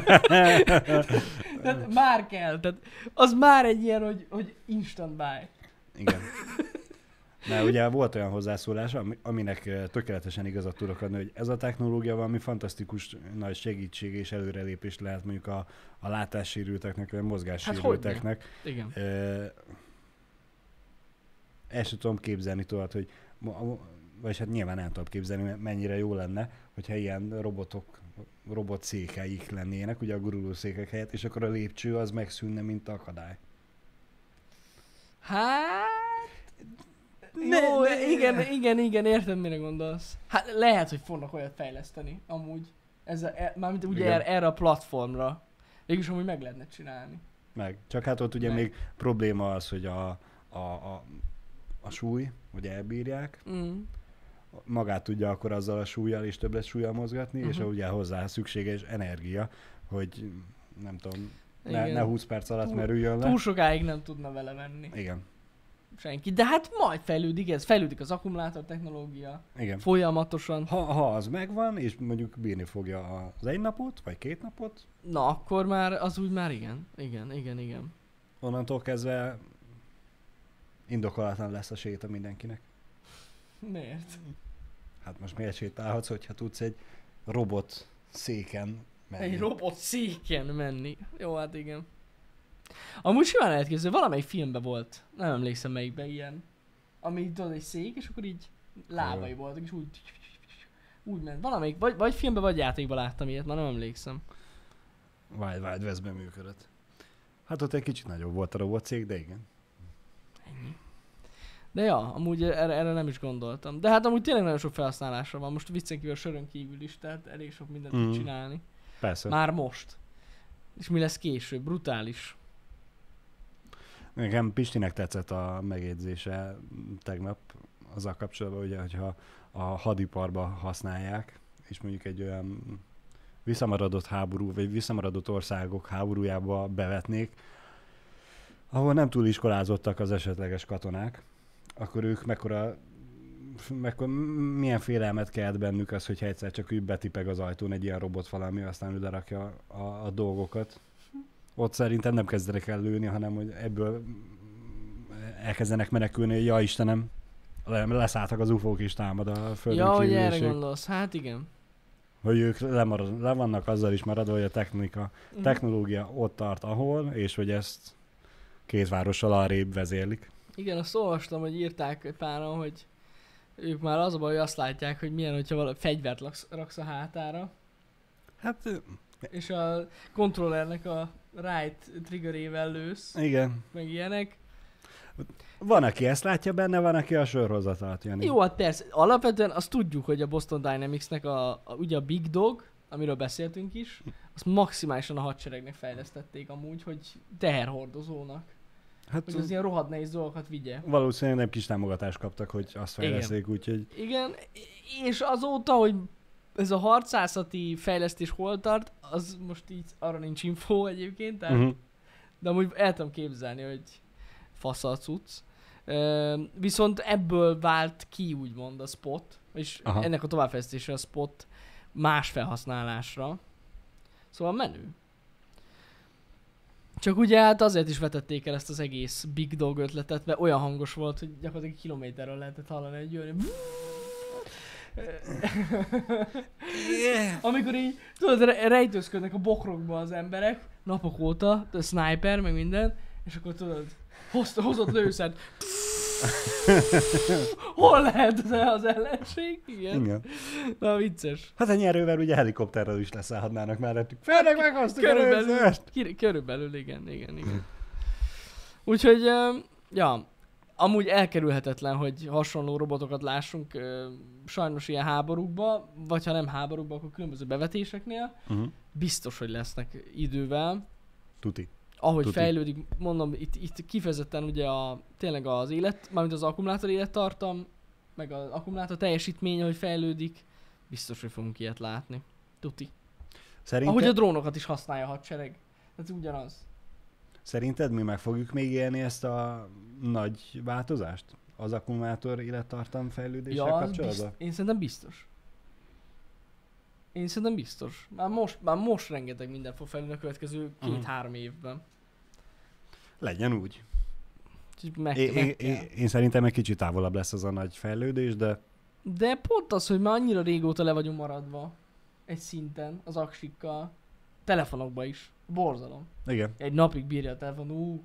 Tehát már kell. Tehát az már egy ilyen, hogy instant buy. Igen. Mert ugye volt olyan hozzászólás, aminek tökéletesen igazat tudok adni, hogy ez a technológia valami fantasztikus nagy segítség és előrelépés lehet mondjuk a látássérülteknek, vagy a mozgássérülteknek. Igen. Ezt sem tudom képzelni tudod, hogy vagyis hát nyilván nem tudom képzelni, mennyire jó lenne, hogyha ilyen robotszékeik lennének, ugye a gurulószékek helyett, és akkor a lépcső az megszűnne, mint akadály. Hát... Jó, igen, értem, mire gondolsz. Hát lehet, hogy fognak olyat fejleszteni, amúgy. Mármint ugye erre a platformra. Végülis amúgy meg lehetne csinálni. Meg. Csak hát ott ugye még probléma az, hogy a súly, hogy elbírják. Magát tudja akkor azzal a súlyjal és többlet súlyjal mozgatni, és ugye hozzá szükséges energia, hogy nem tudom, ne 20 perc alatt merüljön le. Túl sokáig nem tudna vele menni. Igen. Senki. De hát majd fejlődik az akkumulátor technológia. Igen. Folyamatosan. Ha az megvan, és mondjuk bírni fogja az egy napot, vagy 2 napot. Na, akkor már, az úgy már igen. Igen. Onnantól kezdve indokolatlan lesz a séta mindenkinek. Miért? Hát most miért sétálhatsz, hogyha tudsz egy robot széken menni? Egy robot széken menni. Jó, hát igen. Amúgy simán lehet képzelni, valamelyik filmben volt, nem emlékszem melyikben ilyen, ami tudod egy szék, és akkor így lábai voltak, és úgy ment. Valamelyik, vagy filmben, vagy játékban láttam ilyet, már nem emlékszem. Wild Westben működött. Hát ott egy kicsit nagyobb volt a robotcég, de igen. Ennyi. De ja, amúgy erre nem is gondoltam. De hát amúgy tényleg nagyon sok felhasználásra van, most viccen kívül a sörön kívül is, tehát elég sok mindent tud csinálni. Persze. Már most. És mi lesz később? Brutális. Nekem Pistinek tetszett a megjegyzése tegnap azzal kapcsolatban, ugye, hogyha a hadiparba használják, és mondjuk egy olyan visszamaradott háború, vagy visszamaradott országok háborújába bevetnék, ahol nem túl iskolázottak az esetleges katonák, akkor ők milyen félelmet kelt bennük az, hogyha egyszer csak úgy betipeg az ajtón egy ilyen robot valami, aztán oda rakja a dolgokat. Ott szerintem nem kezdenek el lőni, hanem hogy ebből elkezdenek menekülni, hogy ja Istenem, leszálltak az ufók és támad a földön Ja, hogy kívüliség. erre gondolsz, hát igen. Hogy ők le vannak azzal is maradva, hogy a technológia ott tart, ahol, és hogy ezt 2 várossal arrébb vezérlik. Igen, azt olvastam, hogy írták egy páran, hogy ők már az a baj, hogy azt látják, hogy milyen, hogyha valami fegyvert raksz a hátára. Hát... És a kontrollernek a right triggerével lősz. Igen. Meg ilyenek. Van, aki ezt látja benne, van, aki a sörhozatát, Jani. Jó, hát persze. Alapvetően azt tudjuk, hogy a Boston Dynamicsnek ugye a Big Dog, amiről beszéltünk is, azt maximálisan a hadseregnek fejlesztették amúgy, hogy teherhordozónak. Hát hogy az ilyen rohadt nehéz dolgokat vigye. Valószínűleg nem kis támogatást kaptak, hogy azt fejleszték, úgyhogy... Igen, és azóta, hogy ez a harcászati fejlesztés hol tart, az most így arra nincs info egyébként, tehát, de amúgy el tudom képzelni, hogy fasz a cucc. Viszont ebből vált ki úgymond a spot, és ennek a továbbfejlesztése a spot más felhasználásra. Szóval menő. Csak ugye hát azért is vetették el ezt az egész Big Dog ötletet, mert olyan hangos volt, hogy gyakorlatilag kilométerről lehetett hallani egy olyan... Amikor így, tudod, rejtőzködnek a bokrokba az emberek, napok óta, a sniper, meg minden, és akkor tudod, hozott lőszert. Hol lehet az ellenség? Igen. Na, vicces. Hát ennyi erővel ugye helikopterrel is leszállhatnának mellettük. Felnek meghoztuk a lőszert! Körülbelül, igen. Úgyhogy, ja, amúgy elkerülhetetlen, hogy hasonló robotokat lássunk sajnos ilyen háborúkba, vagy ha nem háborúkba, akkor különböző bevetéseknél. Biztos, hogy lesznek idővel. Tuti. Ahogy fejlődik, mondom, itt kifejezetten ugye tényleg az mármint az akkumulátor élettartam, meg az akkumulátor teljesítmény, ahogy fejlődik, biztos, hogy fogunk ilyet látni. Tuti. Ahogy a drónokat is használja a hadsereg. Ez ugyanaz. Szerinted mi meg fogjuk még élni ezt a nagy változást? Az akkumulátor élettartam fejlődéssel kapcsolatban? Én szerintem biztos. Már most rengeteg minden fog fejlődni a következő 2-3 évben. Legyen úgy. Én szerintem egy kicsit távolabb lesz az a nagy fejlődés, de... De pont az, hogy már annyira régóta le vagyunk maradva egy szinten, az aksikkal, telefonokba is. Borzalom. Igen. Egy napig bírja a telefon,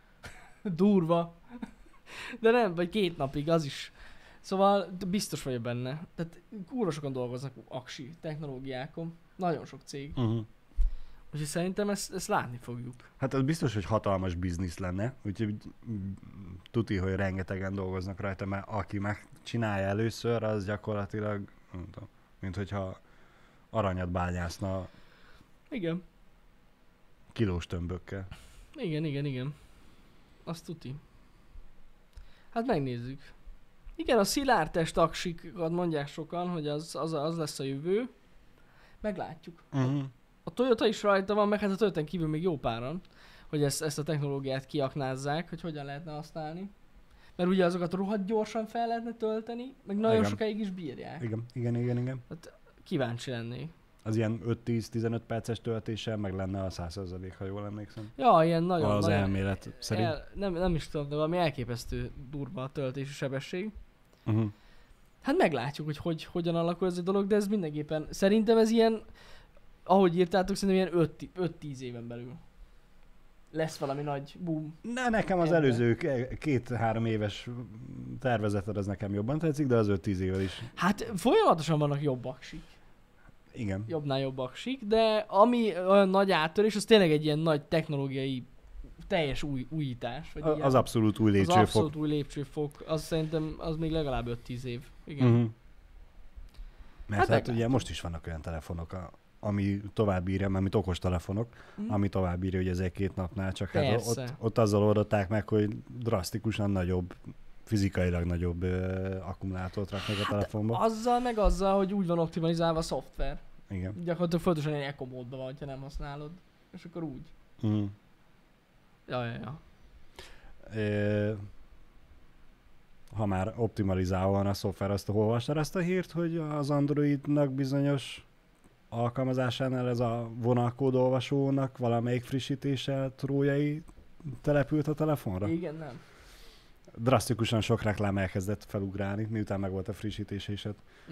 durva. De nem, vagy 2 napig, az is. Szóval biztos vagyok benne. Tehát kurva sokan dolgoznak aksi technológiákon. Nagyon sok cég. Úgyhogy szerintem ezt látni fogjuk. Hát az biztos, hogy hatalmas biznisz lenne. Úgyhogy tuti, hogy rengetegen dolgoznak rajta, mert aki megcsinálja először, az gyakorlatilag, nem tudom, mint hogyha aranyat bányászna. Igen. Kilós tömbökkel. Igen. Azt tuti. Hát megnézzük. Igen, a szilárd test aksikat mondják sokan, hogy az lesz a jövő. Meglátjuk. A Toyota is rajta van, meg hát a Toyotán kívül még jó páran, hogy ezt a technológiát kiaknázzák, hogy hogyan lehetne használni. Mert ugye azokat rohadt gyorsan fel lehetne tölteni, meg nagyon sokáig is bírják. Igen. Hát kíváncsi lennék. Az ilyen 5-10-15 perces töltéssel meg lenne a 100%, ha jól emlékszem. Ja, ilyen nagyon... Az elmélet szerint. Nem is tudom, de valami elképesztő durva a töltési sebesség. Hát meglátjuk, hogy hogyan alakul ez a dolog, de ez mindenképpen... Szerintem ez ilyen, ahogy írtátok, szerintem ilyen 5-10 éven belül lesz valami nagy boom. Nekem az előző 2-3 éves tervezeted az nekem jobban tetszik, de az 5-10 évvel is. Hát folyamatosan vannak jobb aksik. Igen. Jobbnál jobb aksik, de ami olyan nagy áttörés, az tényleg egy ilyen nagy technológiai teljes újítás. Vagy az abszolút új lépcsőfok. Az abszolút új lépcsőfok, az szerintem az még legalább 5-10 év. Igen. Mert hát ugye most is vannak olyan telefonok, ami tovább írja, mert okos telefonok, ami tovább írja, hogy ez 1-2 napnál, csak hát ott azzal oldották meg, hogy drasztikusan nagyobb, fizikailag nagyobb akkumulátort raknak a telefonba. Azzal, hogy úgy van optimalizálva a szoftver. Igen. Gyakorlatilag fontosan egy eco módban van, ha nem használod. És akkor úgy. Ja. Ha már optimalizálva van a szoftver, azt olvastad azt a hírt, hogy az Androidnak bizonyos alkalmazásánál ez a vonalkódolvasónak valamelyik frissítéssel trójai települt a telefonra? Igen, nem. Drasztikusan sok reklám elkezdett felugrálni, miután meg volt a frissítés is.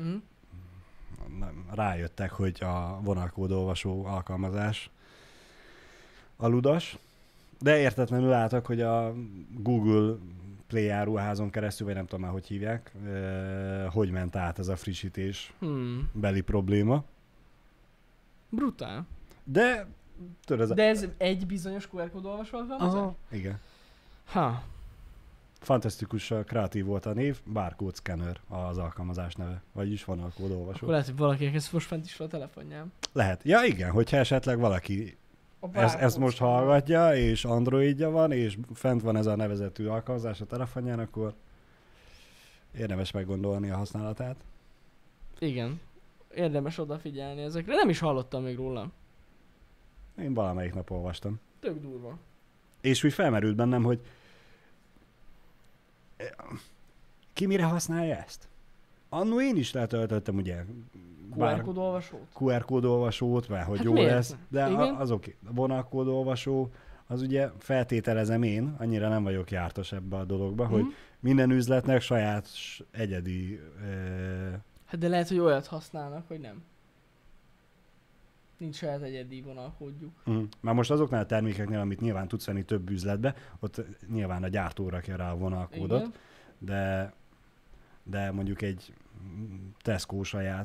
Rájöttek, hogy a vonalkódolvasó alkalmazás a ludas, de értetlenül álltak, hogy a Google Play áruházon keresztül, vagy nem tudom már, hogy hívják, hogy ment át ez a frissítés beli probléma. Brutál. De ez egy bizonyos QR kód olvasó van? Igen. Fantasztikus, kreatív volt a név, barcode scanner az alkalmazás neve, vagyis vonalkód olvasó. Akkor lehet, hogy valakinek ez most fent is van a telefonján. Lehet. Ja igen, hogyha esetleg valaki ezt most hallgatja, és Androidja van, és fent van ez a nevezetű alkalmazás a telefonján, akkor érdemes meggondolni a használatát. Igen. Érdemes odafigyelni ezekre. Nem is hallottam még róla. Én valamelyik nap olvastam. Tök durva. És úgy felmerült bennem, hogy ki mire használja ezt? Annó én is letöltöttem ugye QR kódolvasót, mert hogy jó lesz, de az oké. A vonalkódolvasó, az ugye feltételezem én, annyira nem vagyok jártas ebbe a dologba, hogy minden üzletnek saját egyedi Hát de lehet, hogy olyat használnak, hogy nem. Nincs saját egyedi vonalkódjuk. Már most azoknál a termékeknél, amit nyilván tudsz venni több üzletbe, ott nyilván a gyártó rakja rá a vonalkódot, Igen. de mondjuk egy Tesco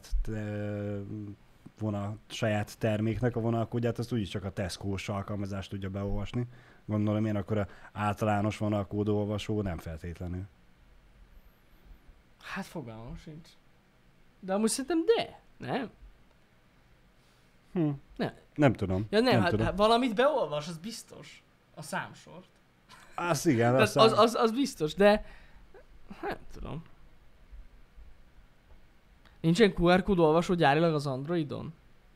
saját terméknek a vonalkódját, azt úgyis csak a Tesco-s alkalmazást tudja beolvasni. Gondolom én, akkor a általános vonalkódolvasó nem feltétlenül. Hát fogalmam sincs. De amúgy szerintem nem? Nem tudom. Ja nem, tudom. hát valamit beolvas, az biztos. A számsort. Az igen, Az biztos, de nem tudom. Nincsen QR kód olvasó gyárilag az Androidon?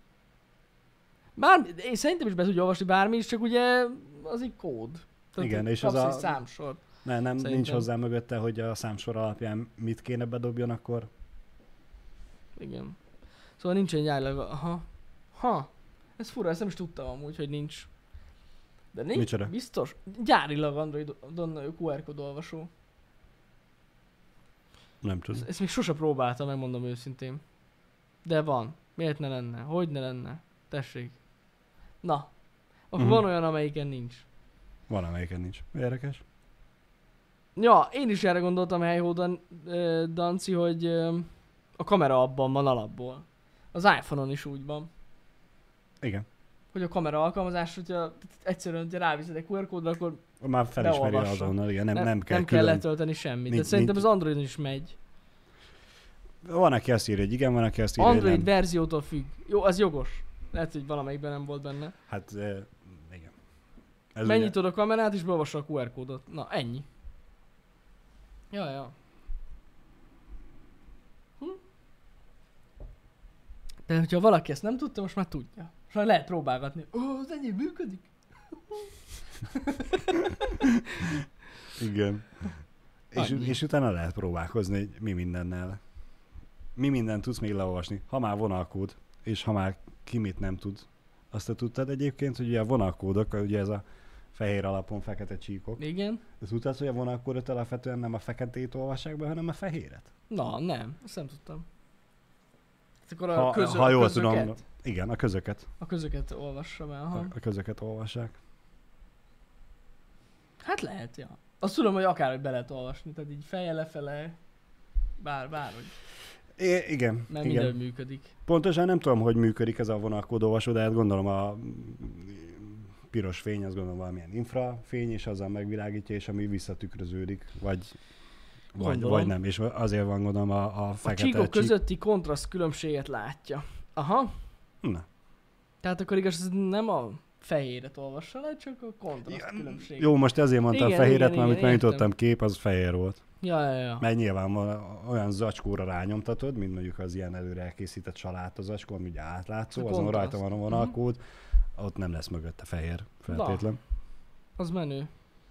Én szerintem is be tudja olvasni bármi is, csak ugye az egy kód. Tehát igen, és az az egy számsor. nincs hozzá mögötte, hogy a számsor alapján mit kéne bedobjon akkor. Igen. Szóval nincsen gyárilag, ez fura, ezt nem is tudtam amúgy, hogy nincs. De nincs, Micsoda? biztos. Gyárilag Androidon QR kód olvasó. Nem tudom. Ezt még sose próbáltam, megmondom őszintén. De van. Miért ne lenne? Hogy ne lenne? Tessék. Na. Akkor van olyan, amelyiken nincs. Van, amelyiken nincs. Érdekes. Ja, én is erre gondoltam helyhódan, Danci, hogy a kamera abban van alapból. Az iPhone-on is úgy van. Igen. Hogy a kamera alkalmazás, hogyha egyszerűen hogyha ráviszed egy QR kódra, akkor Már felismeri beolvassa. azonnal, igen, nem kell külön. letölteni semmit. De szerintem az Androidon is megy. Van, aki azt írja, hogy igen, van, aki azt írja, Android hogy nem. verziótól függ. Jó, az jogos. Lehet, hogy valamelyikben nem volt benne. Hát, igen. Ez Megnyitod a kamerát és beolvassa a QR kódot. Na, ennyi. Ja. De hogyha valaki ezt nem tudta, most már tudja. Most már lehet próbálgatni. Az ennyi működik? Igen. És utána lehet próbálkozni, hogy mi mindennel. Mi mindent tudsz még leolvasni. Ha már vonalkód, és ha már ki mit nem tud. Azt te tudtad egyébként, hogy ugye a vonalkódok, ugye ez a fehér alapon fekete csíkok. Igen. De tudtad, hogy a vonalkódot alapvetően nem a feketét olvassák be, hanem a fehéret? Na, nem. Azt nem tudtam. Akkor Ha jól tudom, igen, a közöket. A közöket olvassam el. A közöket olvassák. Hát lehet, ja. Azt tudom, hogy akárhogy be lehet olvasni, tehát így fejjel lefele, bárhogy. Igen. Mert igen. minden működik. Pontosan nem tudom, hogy működik ez a vonalkódolvasó, de hát gondolom a piros fény, az gondolom valamilyen infrafény, és azzal megvilágítja, és ami visszatükröződik, vagy nem. És azért van gondolom a fekete csíkok közötti kontraszt különbséget látja. Aha. Na. Tehát akkor igaz, ez nem a fehéret olvassa le, csak a kontraszt különbség. Jó, most ezért mondtam igen, fehéret, igen, mert amit értem. megnyitottam kép, az fehér volt. Ja. Mert nyilván olyan zacskóra rányomtatod, mint mondjuk az ilyen előre elkészített salátazacskó, ami ugye átlátszó, azon rajta van a vonalkód, ott nem lesz mögötte fehér feltétlen. Az menő.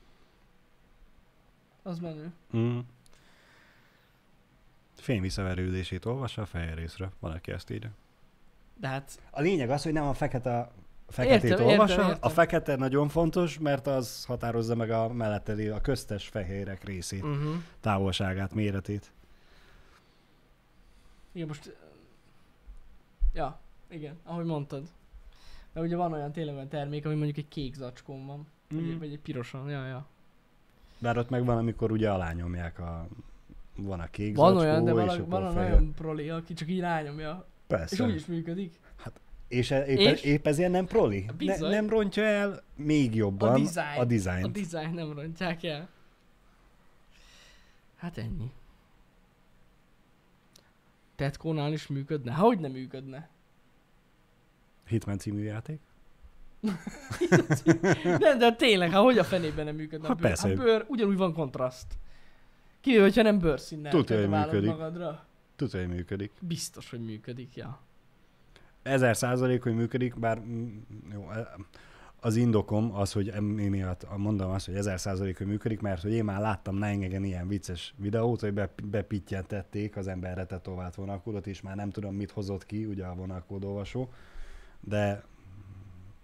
Fény visszaverődését olvassa a fehér részre, van, aki ezt írja. De hát... A lényeg az, hogy nem a feketét olvassa. Értem. A fekete nagyon fontos, mert az határozza meg a mellette a köztes fehérek részét, távolságát, méretét. Igen, most... Ja, igen, ahogy mondtad. Mert ugye van olyan termék, ami mondjuk egy kék zacskón van. Vagy egy pirosan, ja. Bár ott meg van, amikor ugye alányomják van a kék van zacskó, olyan, de és van olyan proli, aki csak így rányomja. Persze. És úgy is működik. Hát, és épp ezért nem proli. Nem rontja el még jobban a dizájnt. A dizájn nem rontják el. Hát ennyi. Tetkónál is működne? Hogy nem működne? Hitman című játék? Nem, de tényleg, hogy a fenében nem működne a bőr? Persze. A bőr ugyanúgy van kontraszt. Kivéve, hogyha nem bőrszínnel tetoválod magadra. Tudja, hogy működik. Biztos, hogy működik, ja. 1000%, hogy működik, bár jó, az indokom az, hogy emiatt mondom azt, hogy 1000% hogy működik, mert hogy én már láttam Nine-en ilyen vicces videót, hogy bepittyentették az emberre tetovált vonalkódot, és már nem tudom, mit hozott ki, ugye a vonalkódolvasó, de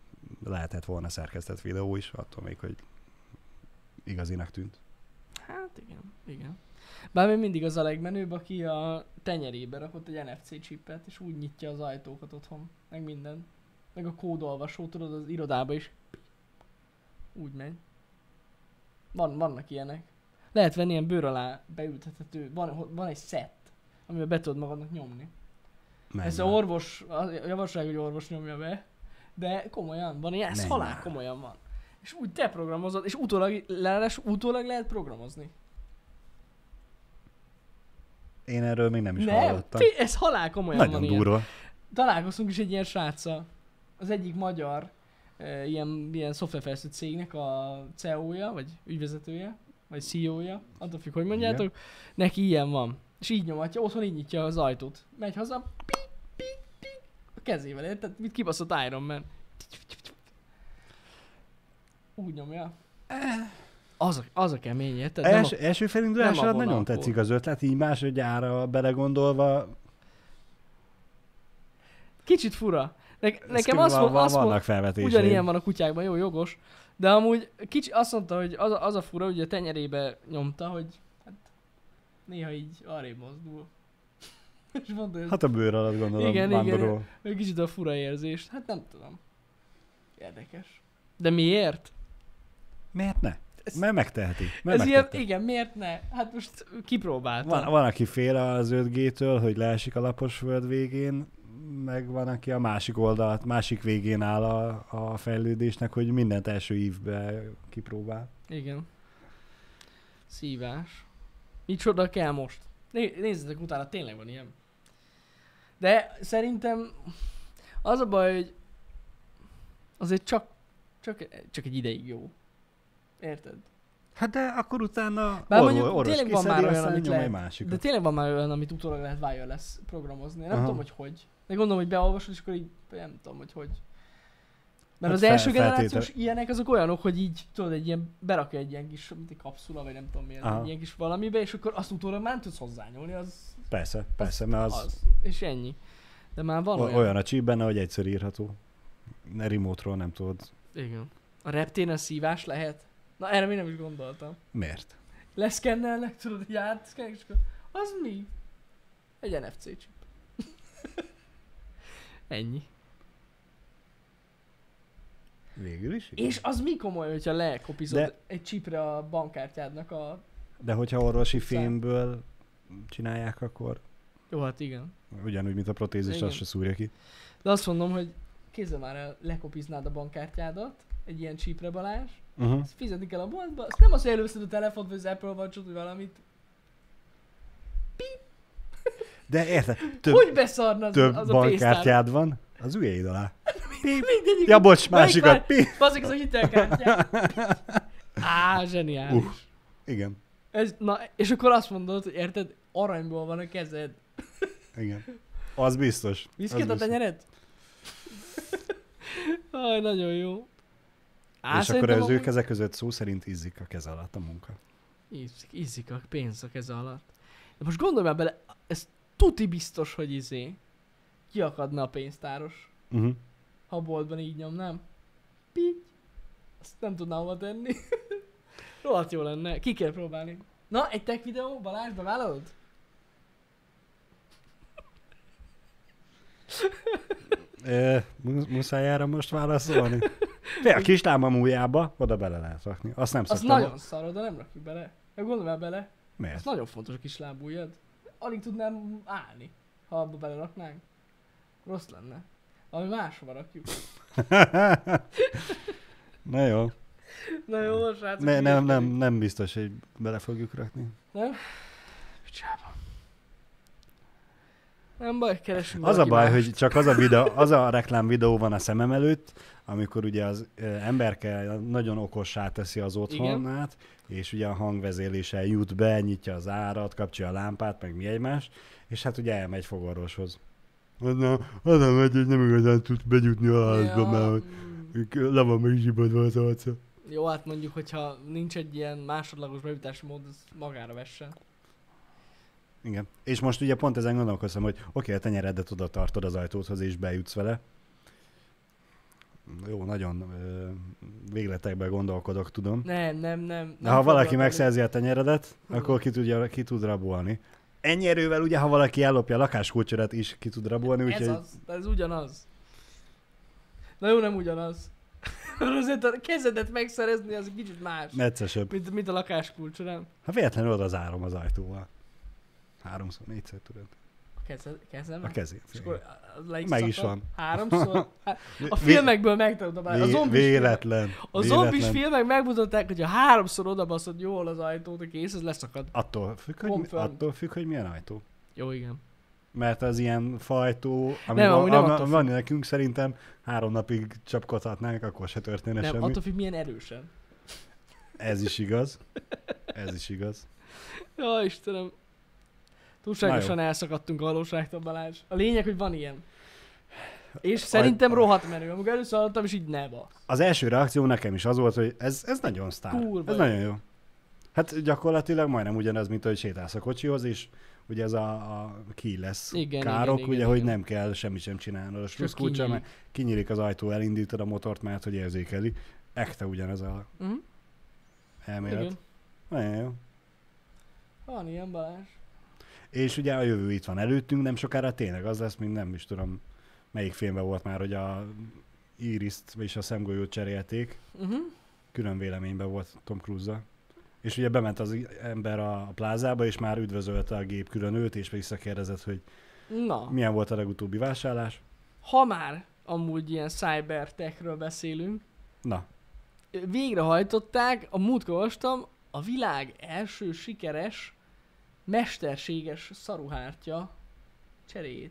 lehetett volna szerkesztett videó is, attól még, hogy igazinak tűnt. Hát, Hát igen. Bár még mindig az a legmenőbb, aki a tenyerébe rakott egy NFC chipet, és úgy nyitja az ajtókat otthon. Meg minden. Meg a kódolvasó, tudod, az irodába is. Úgy megy. Vannak ilyenek. Lehet venni ilyen bőr alá beültethető. Van egy szett, amivel be tudod magadnak nyomni. Ez a orvos, a javaság, hogy orvos nyomja be. De komolyan van ilyen, ez halál komolyan van. És úgy te programozod, és utólag lehet programozni. Én erről még nem is hallottam. Ez halál komolyan van nagyon durva. Találkoztunk is egy ilyen sráccal. Az egyik magyar ilyen szoftverfejlesztő cégnek a CEO-ja, vagy ügyvezetője, vagy CEO-ja, attól függ, hogy mondjátok. Igen. Neki ilyen van. És így nyomatja, otthon így nyitja az ajtót. Megy haza, a kezével, érted? Mit kibaszott Iron Man. Úgy nyomja. Az a kemény, érted? Első felindulásra nagyon tetszik az ötlet, így másodjára belegondolva. Kicsit fura. Nekem azt vannak felvetései. Ugyanilyen van a kutyákban, jó, jogos. De amúgy azt mondta, hogy az a fura, hogy a tenyerébe nyomta, hogy hát néha így arrébb mozdul. És mondta, hogy... Hát a bőr alatt gondolom, igen. Kicsit a fura érzés. Hát nem tudom. Érdekes. De miért? Miért ne? Mert megteheti. Igen, miért ne? Hát most kipróbáltam. Van, aki fél az 5G-től, hogy leesik a lapos föld végén, meg van, aki a másik végén áll a fejlődésnek, hogy mindent első évben kipróbál. Igen. Szívás. Micsoda kell most? Nézzetek utána, tényleg van ilyen. De szerintem az a baj, hogy azért csak egy ideig jó. Érted? Hát de akkor utána orvos tényleg van már olyan, amit lehet, de tényleg van már olyan, amit utólag lehet wireless programozni. Nem tudom, hogy. De gondolom, hogy beolvasod, és akkor így nem tudom, hogy. Mert hát az első generációs ilyenek azok olyanok, hogy így tudod, egy ilyen, berakja egy ilyen kis kapszula, vagy nem tudom milyen, egy ilyen kis valamibe, és akkor azt utólag már nem tudsz hozzányúlni, az... Persze, mert az... És ennyi. De már van olyan a chip benne, hogy egyszer írható. Remote-ról nem tudod. Igen. A reptéren szívás lehet? Na erre még nem is gondoltam. Miért? Leszkennelnek, tudod, hogy átszkennelnek, és akkor az mi? Egy NFC chip. Ennyi. Végül is? És az mi komoly, hogyha lekopizod egy chipre a bankkártyádnak a... De hogyha orvosi fémből csinálják, akkor... Jó, hát igen. Ugyanúgy, mint a protézis, azt se szúrja ki. De azt mondom, hogy kézzel már el lekopiznád a bankkártyádat, egy ilyen chipre, Balázs, azt fizetni kell a boltba, azt nem az, hogy előszed a telefont, vagy az Apple Watch-ot, vagy valamit. Pip! De érted, hogy beszarna az a pénztár? bankkártyád van, az ujjaid alá. Ja, bocs, másikat. Bazik, ez a hitelkártyát. Zseniális. Igen. Na, és akkor azt mondod, hogy érted, aranyból van a kezed. Igen. Az biztos. Viszked a tenyered? Nagyon jó. És akkor az ő kezek között szó szerint izzik a keze alatt a munka. Izzik a pénz a keze alatt. De most gondolj már bele, ez tuti biztos, hogy kiakadna a pénztáros. Ha a boltban így nyomnám. Pitty. Azt nem tudnám hova tenni. Rohadt jó lenne. Ki kell próbálni. Na, egy tech videó, Balázs, bevállalod? Muszájára most válaszolni? A kislámam ujjába, oda bele lehet rakni. Azt nem szoktam. Az nagyon szar, de nem rakjuk bele. Gondolj már bele. Miért? Az nagyon fontos a kislábujjad. Alig tudnám állni, ha abba beleraknánk. Rossz lenne. Ami máshova rakjuk. Na jó. Na jó, srácok. Nem biztos, hogy bele fogjuk rakni. Nem? Csába. Nem baj, keresünk. Az a baj, hogy csak az a reklám videó van a szemem előtt, amikor ugye az emberke nagyon okossá teszi az otthonát, és ugye a hangvezérléssel jut be, nyitja az árat, kapcsolja a lámpát, meg mi egymás, és hát ugye elmegy fogorvoshoz. Az nem megy, hogy nem igazán tud begyutni a házba, mert le van megzsibadva az arca. Jó, hát mondjuk, hogyha nincs egy ilyen másodlagos bejutási mód, az magára vessen. Igen. És most ugye pont ezen gondolkoztam, hogy oké, a tenyeredet oda tartod az ajtódhoz, és bejutsz vele. Jó, nagyon végletekben gondolkodok, tudom. Nem. De ha valaki megszerzi a tenyeredet, akkor ki tud rabolni. Ennyi erővel ugye, ha valaki ellopja a lakáskulcsodat is ki tud rabolni, úgyhogy... Ez ugyanaz. Na jó, nem ugyanaz. Azért a kezedet megszerezni az egy kicsit más. Neccesebb. Mint a lakáskulcs, nem? Ha véletlenül oda zárom az ajtóval. 3-szor, 4-szer tudod. Kezem? A kezét. Meg is van. 3-szor? A filmekből megtanultam. Véletlen. A zombis filmek megmutatták, hogy ha 3-szor odabaszod jól az ajtót, a kész, az leszakad. Attól függ, hogy milyen ajtó. Jó, igen. Mert az ilyen fajtó, ami van nekünk, szerintem 3 napig csapkodhatnánk, akkor se történne semmi. Nem, attól függ, milyen erősen. Ez is igaz. Ja, Istenem. Túlságosan elszakadtunk a valóságtól, Balázs. A lényeg, hogy van ilyen. És szerintem rohadt menő. Amikor először hallottam, és így ne basz. Az első reakció nekem is az volt, hogy ez nagyon sztár. Kurva ez nagyon jó. Hát gyakorlatilag majdnem ugyanaz, mint ahogy sétálsz a kocsihoz, és ugye ez a keyless károk, igen, hogy nem kell semmit sem csinálnod a sluszkulccsal, mert kinyílik az ajtó, elindítod a motort, mert hogy érzékeli. Ekte ugyanez a elmélet. Igen. Nagyon jó. Van ilyen, Balázs. És ugye a jövő itt van előttünk, nem sokára tényleg az lesz, mint nem is tudom, melyik filmben volt már, hogy a Iris-t és a szemgolyót cserélték. Külön véleményben volt Tom Cruise-zal. És ugye bement az ember a plázába, és már üdvözölte a gép külön őt, és visszakérdezett, hogy milyen volt a legutóbbi vásárlás. Ha már amúgy ilyen cybertechről beszélünk, végrehajtották, a múltkor olvastam, a világ első sikeres, mesterséges szaruhártya cseréjét.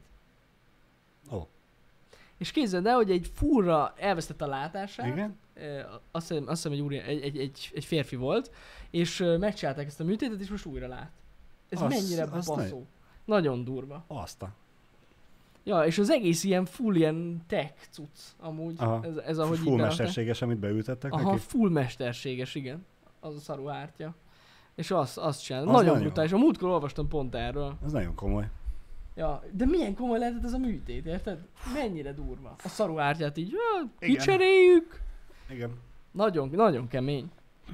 És képzeld el, hogy egy fúrra elvesztette a látását. Igen? Azt hiszem egy férfi volt, és megcsinálták ezt a műtétet, és most újra lát. Ez mennyire baszó. Nagyon durva. Ja, és az egész ilyen full ilyen tech cucc amúgy. Ez ahogy full mesterséges, amit beültettek neki? Full mesterséges, igen. Az a szaruhártya. És azt csinálta. Nagyon brutális. A múltkor olvastam pont erről. Ez nagyon komoly. Ja, de milyen komoly lehetett ez a műtét, érted? Mennyire durva. A szaruhártyát így, kicseréljük. Igen. Nagyon kemény.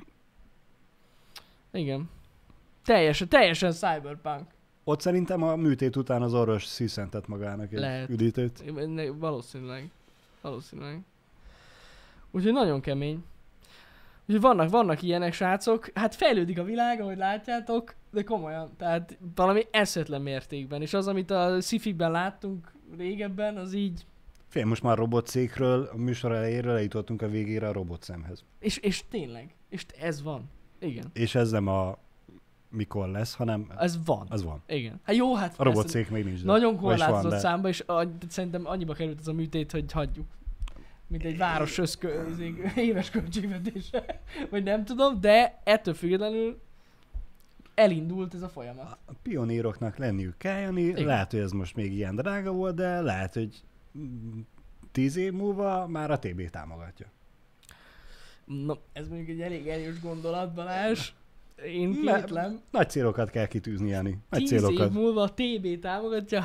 Igen. Teljesen cyberpunk. Ott szerintem a műtét után az orvos szűszentett magának egy üdítőt. Valószínűleg. Úgyhogy nagyon kemény. Úgyhogy vannak ilyenek, srácok. Hát fejlődik a világ, ahogy látjátok, de komolyan. Tehát valami eszetlen mértékben. És az, amit a sci-fikben láttunk régebben, az így... Most már robotcégről, a műsor elejéről eljutottunk a végére a robotszemhez. És tényleg. És ez van. Igen. És ez nem a mikor lesz, hanem... Ez van. Az van. Igen. Hát jó, hát... A robotcég még nincs. Nagyon korlátozott számba, és szerintem annyiba került ez a műtét, hogy hagyjuk. Mint egy város éves költségvetése. Vagy nem tudom, de ettől függetlenül elindult ez a folyamat. A pioníroknak lenniük kell jönni. Igen. Lehet, hogy ez most még ilyen drága volt, de lehet, hogy 10 év múlva már a TB támogatja. Na, ez mondjuk egy elég erős gondolat, Balázs. Én kétlem. Nagy célokat kell kitűzni, Jani. Nagy 10 év múlva a TB támogatja.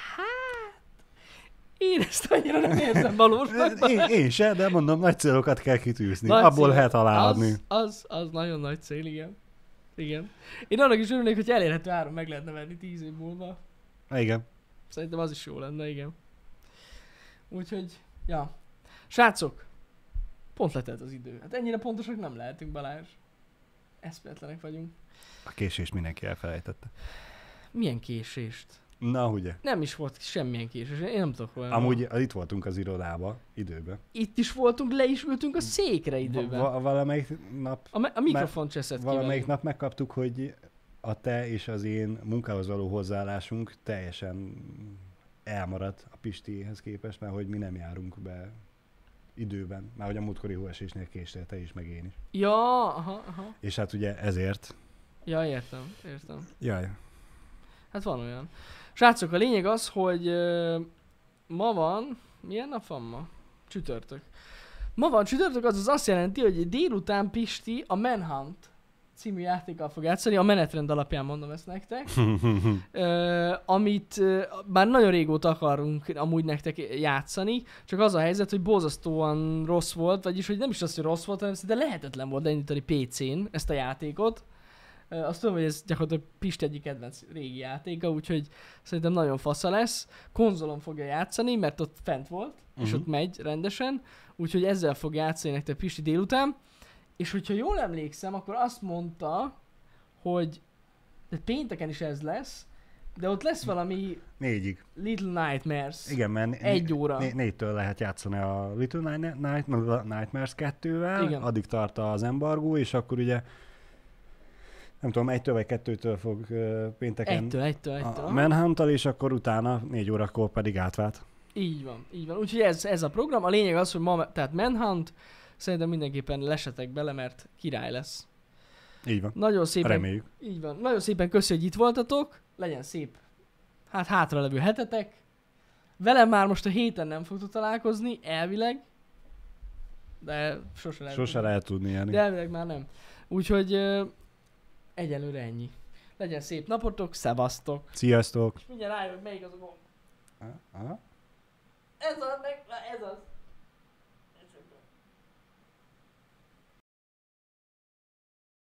Én ezt annyira nem érzem valósnak. Én se, de mondom, nagy célokat kell kitűzni. Nagy abból cél. Lehet aláadni. Az nagyon nagy cél, igen. Én annak is örülnék, hogy elérhető áron meg lehetne venni 10 év múlva. Igen. Szerintem az is jó lenne, igen. Úgyhogy, ja. Srácok, pont letelt az idő. Hát ennyire pontosak nem lehetünk, Balázs. Eszméletlenek vagyunk. A késés mindenki elfelejtette. Milyen késést? Na, ugye? Nem is volt semmilyen késés, én nem tudok olyan. Amúgy itt voltunk az irodába, időben. Itt is voltunk, le is ültünk a székre időben. Valamelyik nap... A mikrofon cseszett ki. Valamelyik nap megkaptuk, hogy a te és az én munkához való hozzáállásunk teljesen elmaradt a Pistihez képest, mert hogy mi nem járunk be időben. Már hogy a múltkori hóesésnél késtél te is, meg én is. Ja, aha. És hát ugye ezért... Ja, értem. Jaj. Hát van olyan. Srácok, a lényeg az, hogy ma van... Milyen nap van ma? Csütörtök. Ma van csütörtök, az azt jelenti, hogy délután Pisti a Manhunt című játékkal fog játszani, a menetrend alapján mondom ezt nektek, amit bár nagyon régóta akarunk amúgy nektek játszani, csak az a helyzet, hogy borzasztóan rossz volt, vagyis hogy nem is az, hogy rossz volt, hanem szinte lehetetlen volt leindítani PC-n ezt a játékot. Azt tudom, hogy ez gyakorlatilag Pisti egyik kedvenc régi játéka, úgyhogy szerintem nagyon fasza lesz. Konzolon fogja játszani, mert ott fent volt, és ott megy rendesen, úgyhogy ezzel fog játszani nektek Pisti délután. És hogyha jól emlékszem, akkor azt mondta, hogy de pénteken is ez lesz, de ott lesz valami 4-ig. Little Nightmares. Igen, mert 1 óra. 4-től lehet játszani a Little Nightmares 2-vel, Igen. addig tart az embargó, és akkor ugye nem tudom, 1-től vagy 2-től fog pénteken 1-től. a Manhunt-tal, és akkor utána 4 órakor pedig átvált. Így van. Úgyhogy ez a program. A lényeg az, hogy ma, tehát Manhunt, szerintem mindenképpen lesetek bele, mert király lesz. Így van. Nagyon szépen, Reméljük. Így van. Nagyon szépen köszi, hogy itt voltatok. Legyen szép, hátralevő hetetek. Velem már most a héten nem fogtok találkozni, elvileg. De sose Lehet tudni ilyen. De elvileg már nem. Úgyhogy egyelőre ennyi. Legyen szép napotok, szevasztok. Sziasztok! És mindjárt rájön, hogy melyik az a gomb. Aha. Ez az.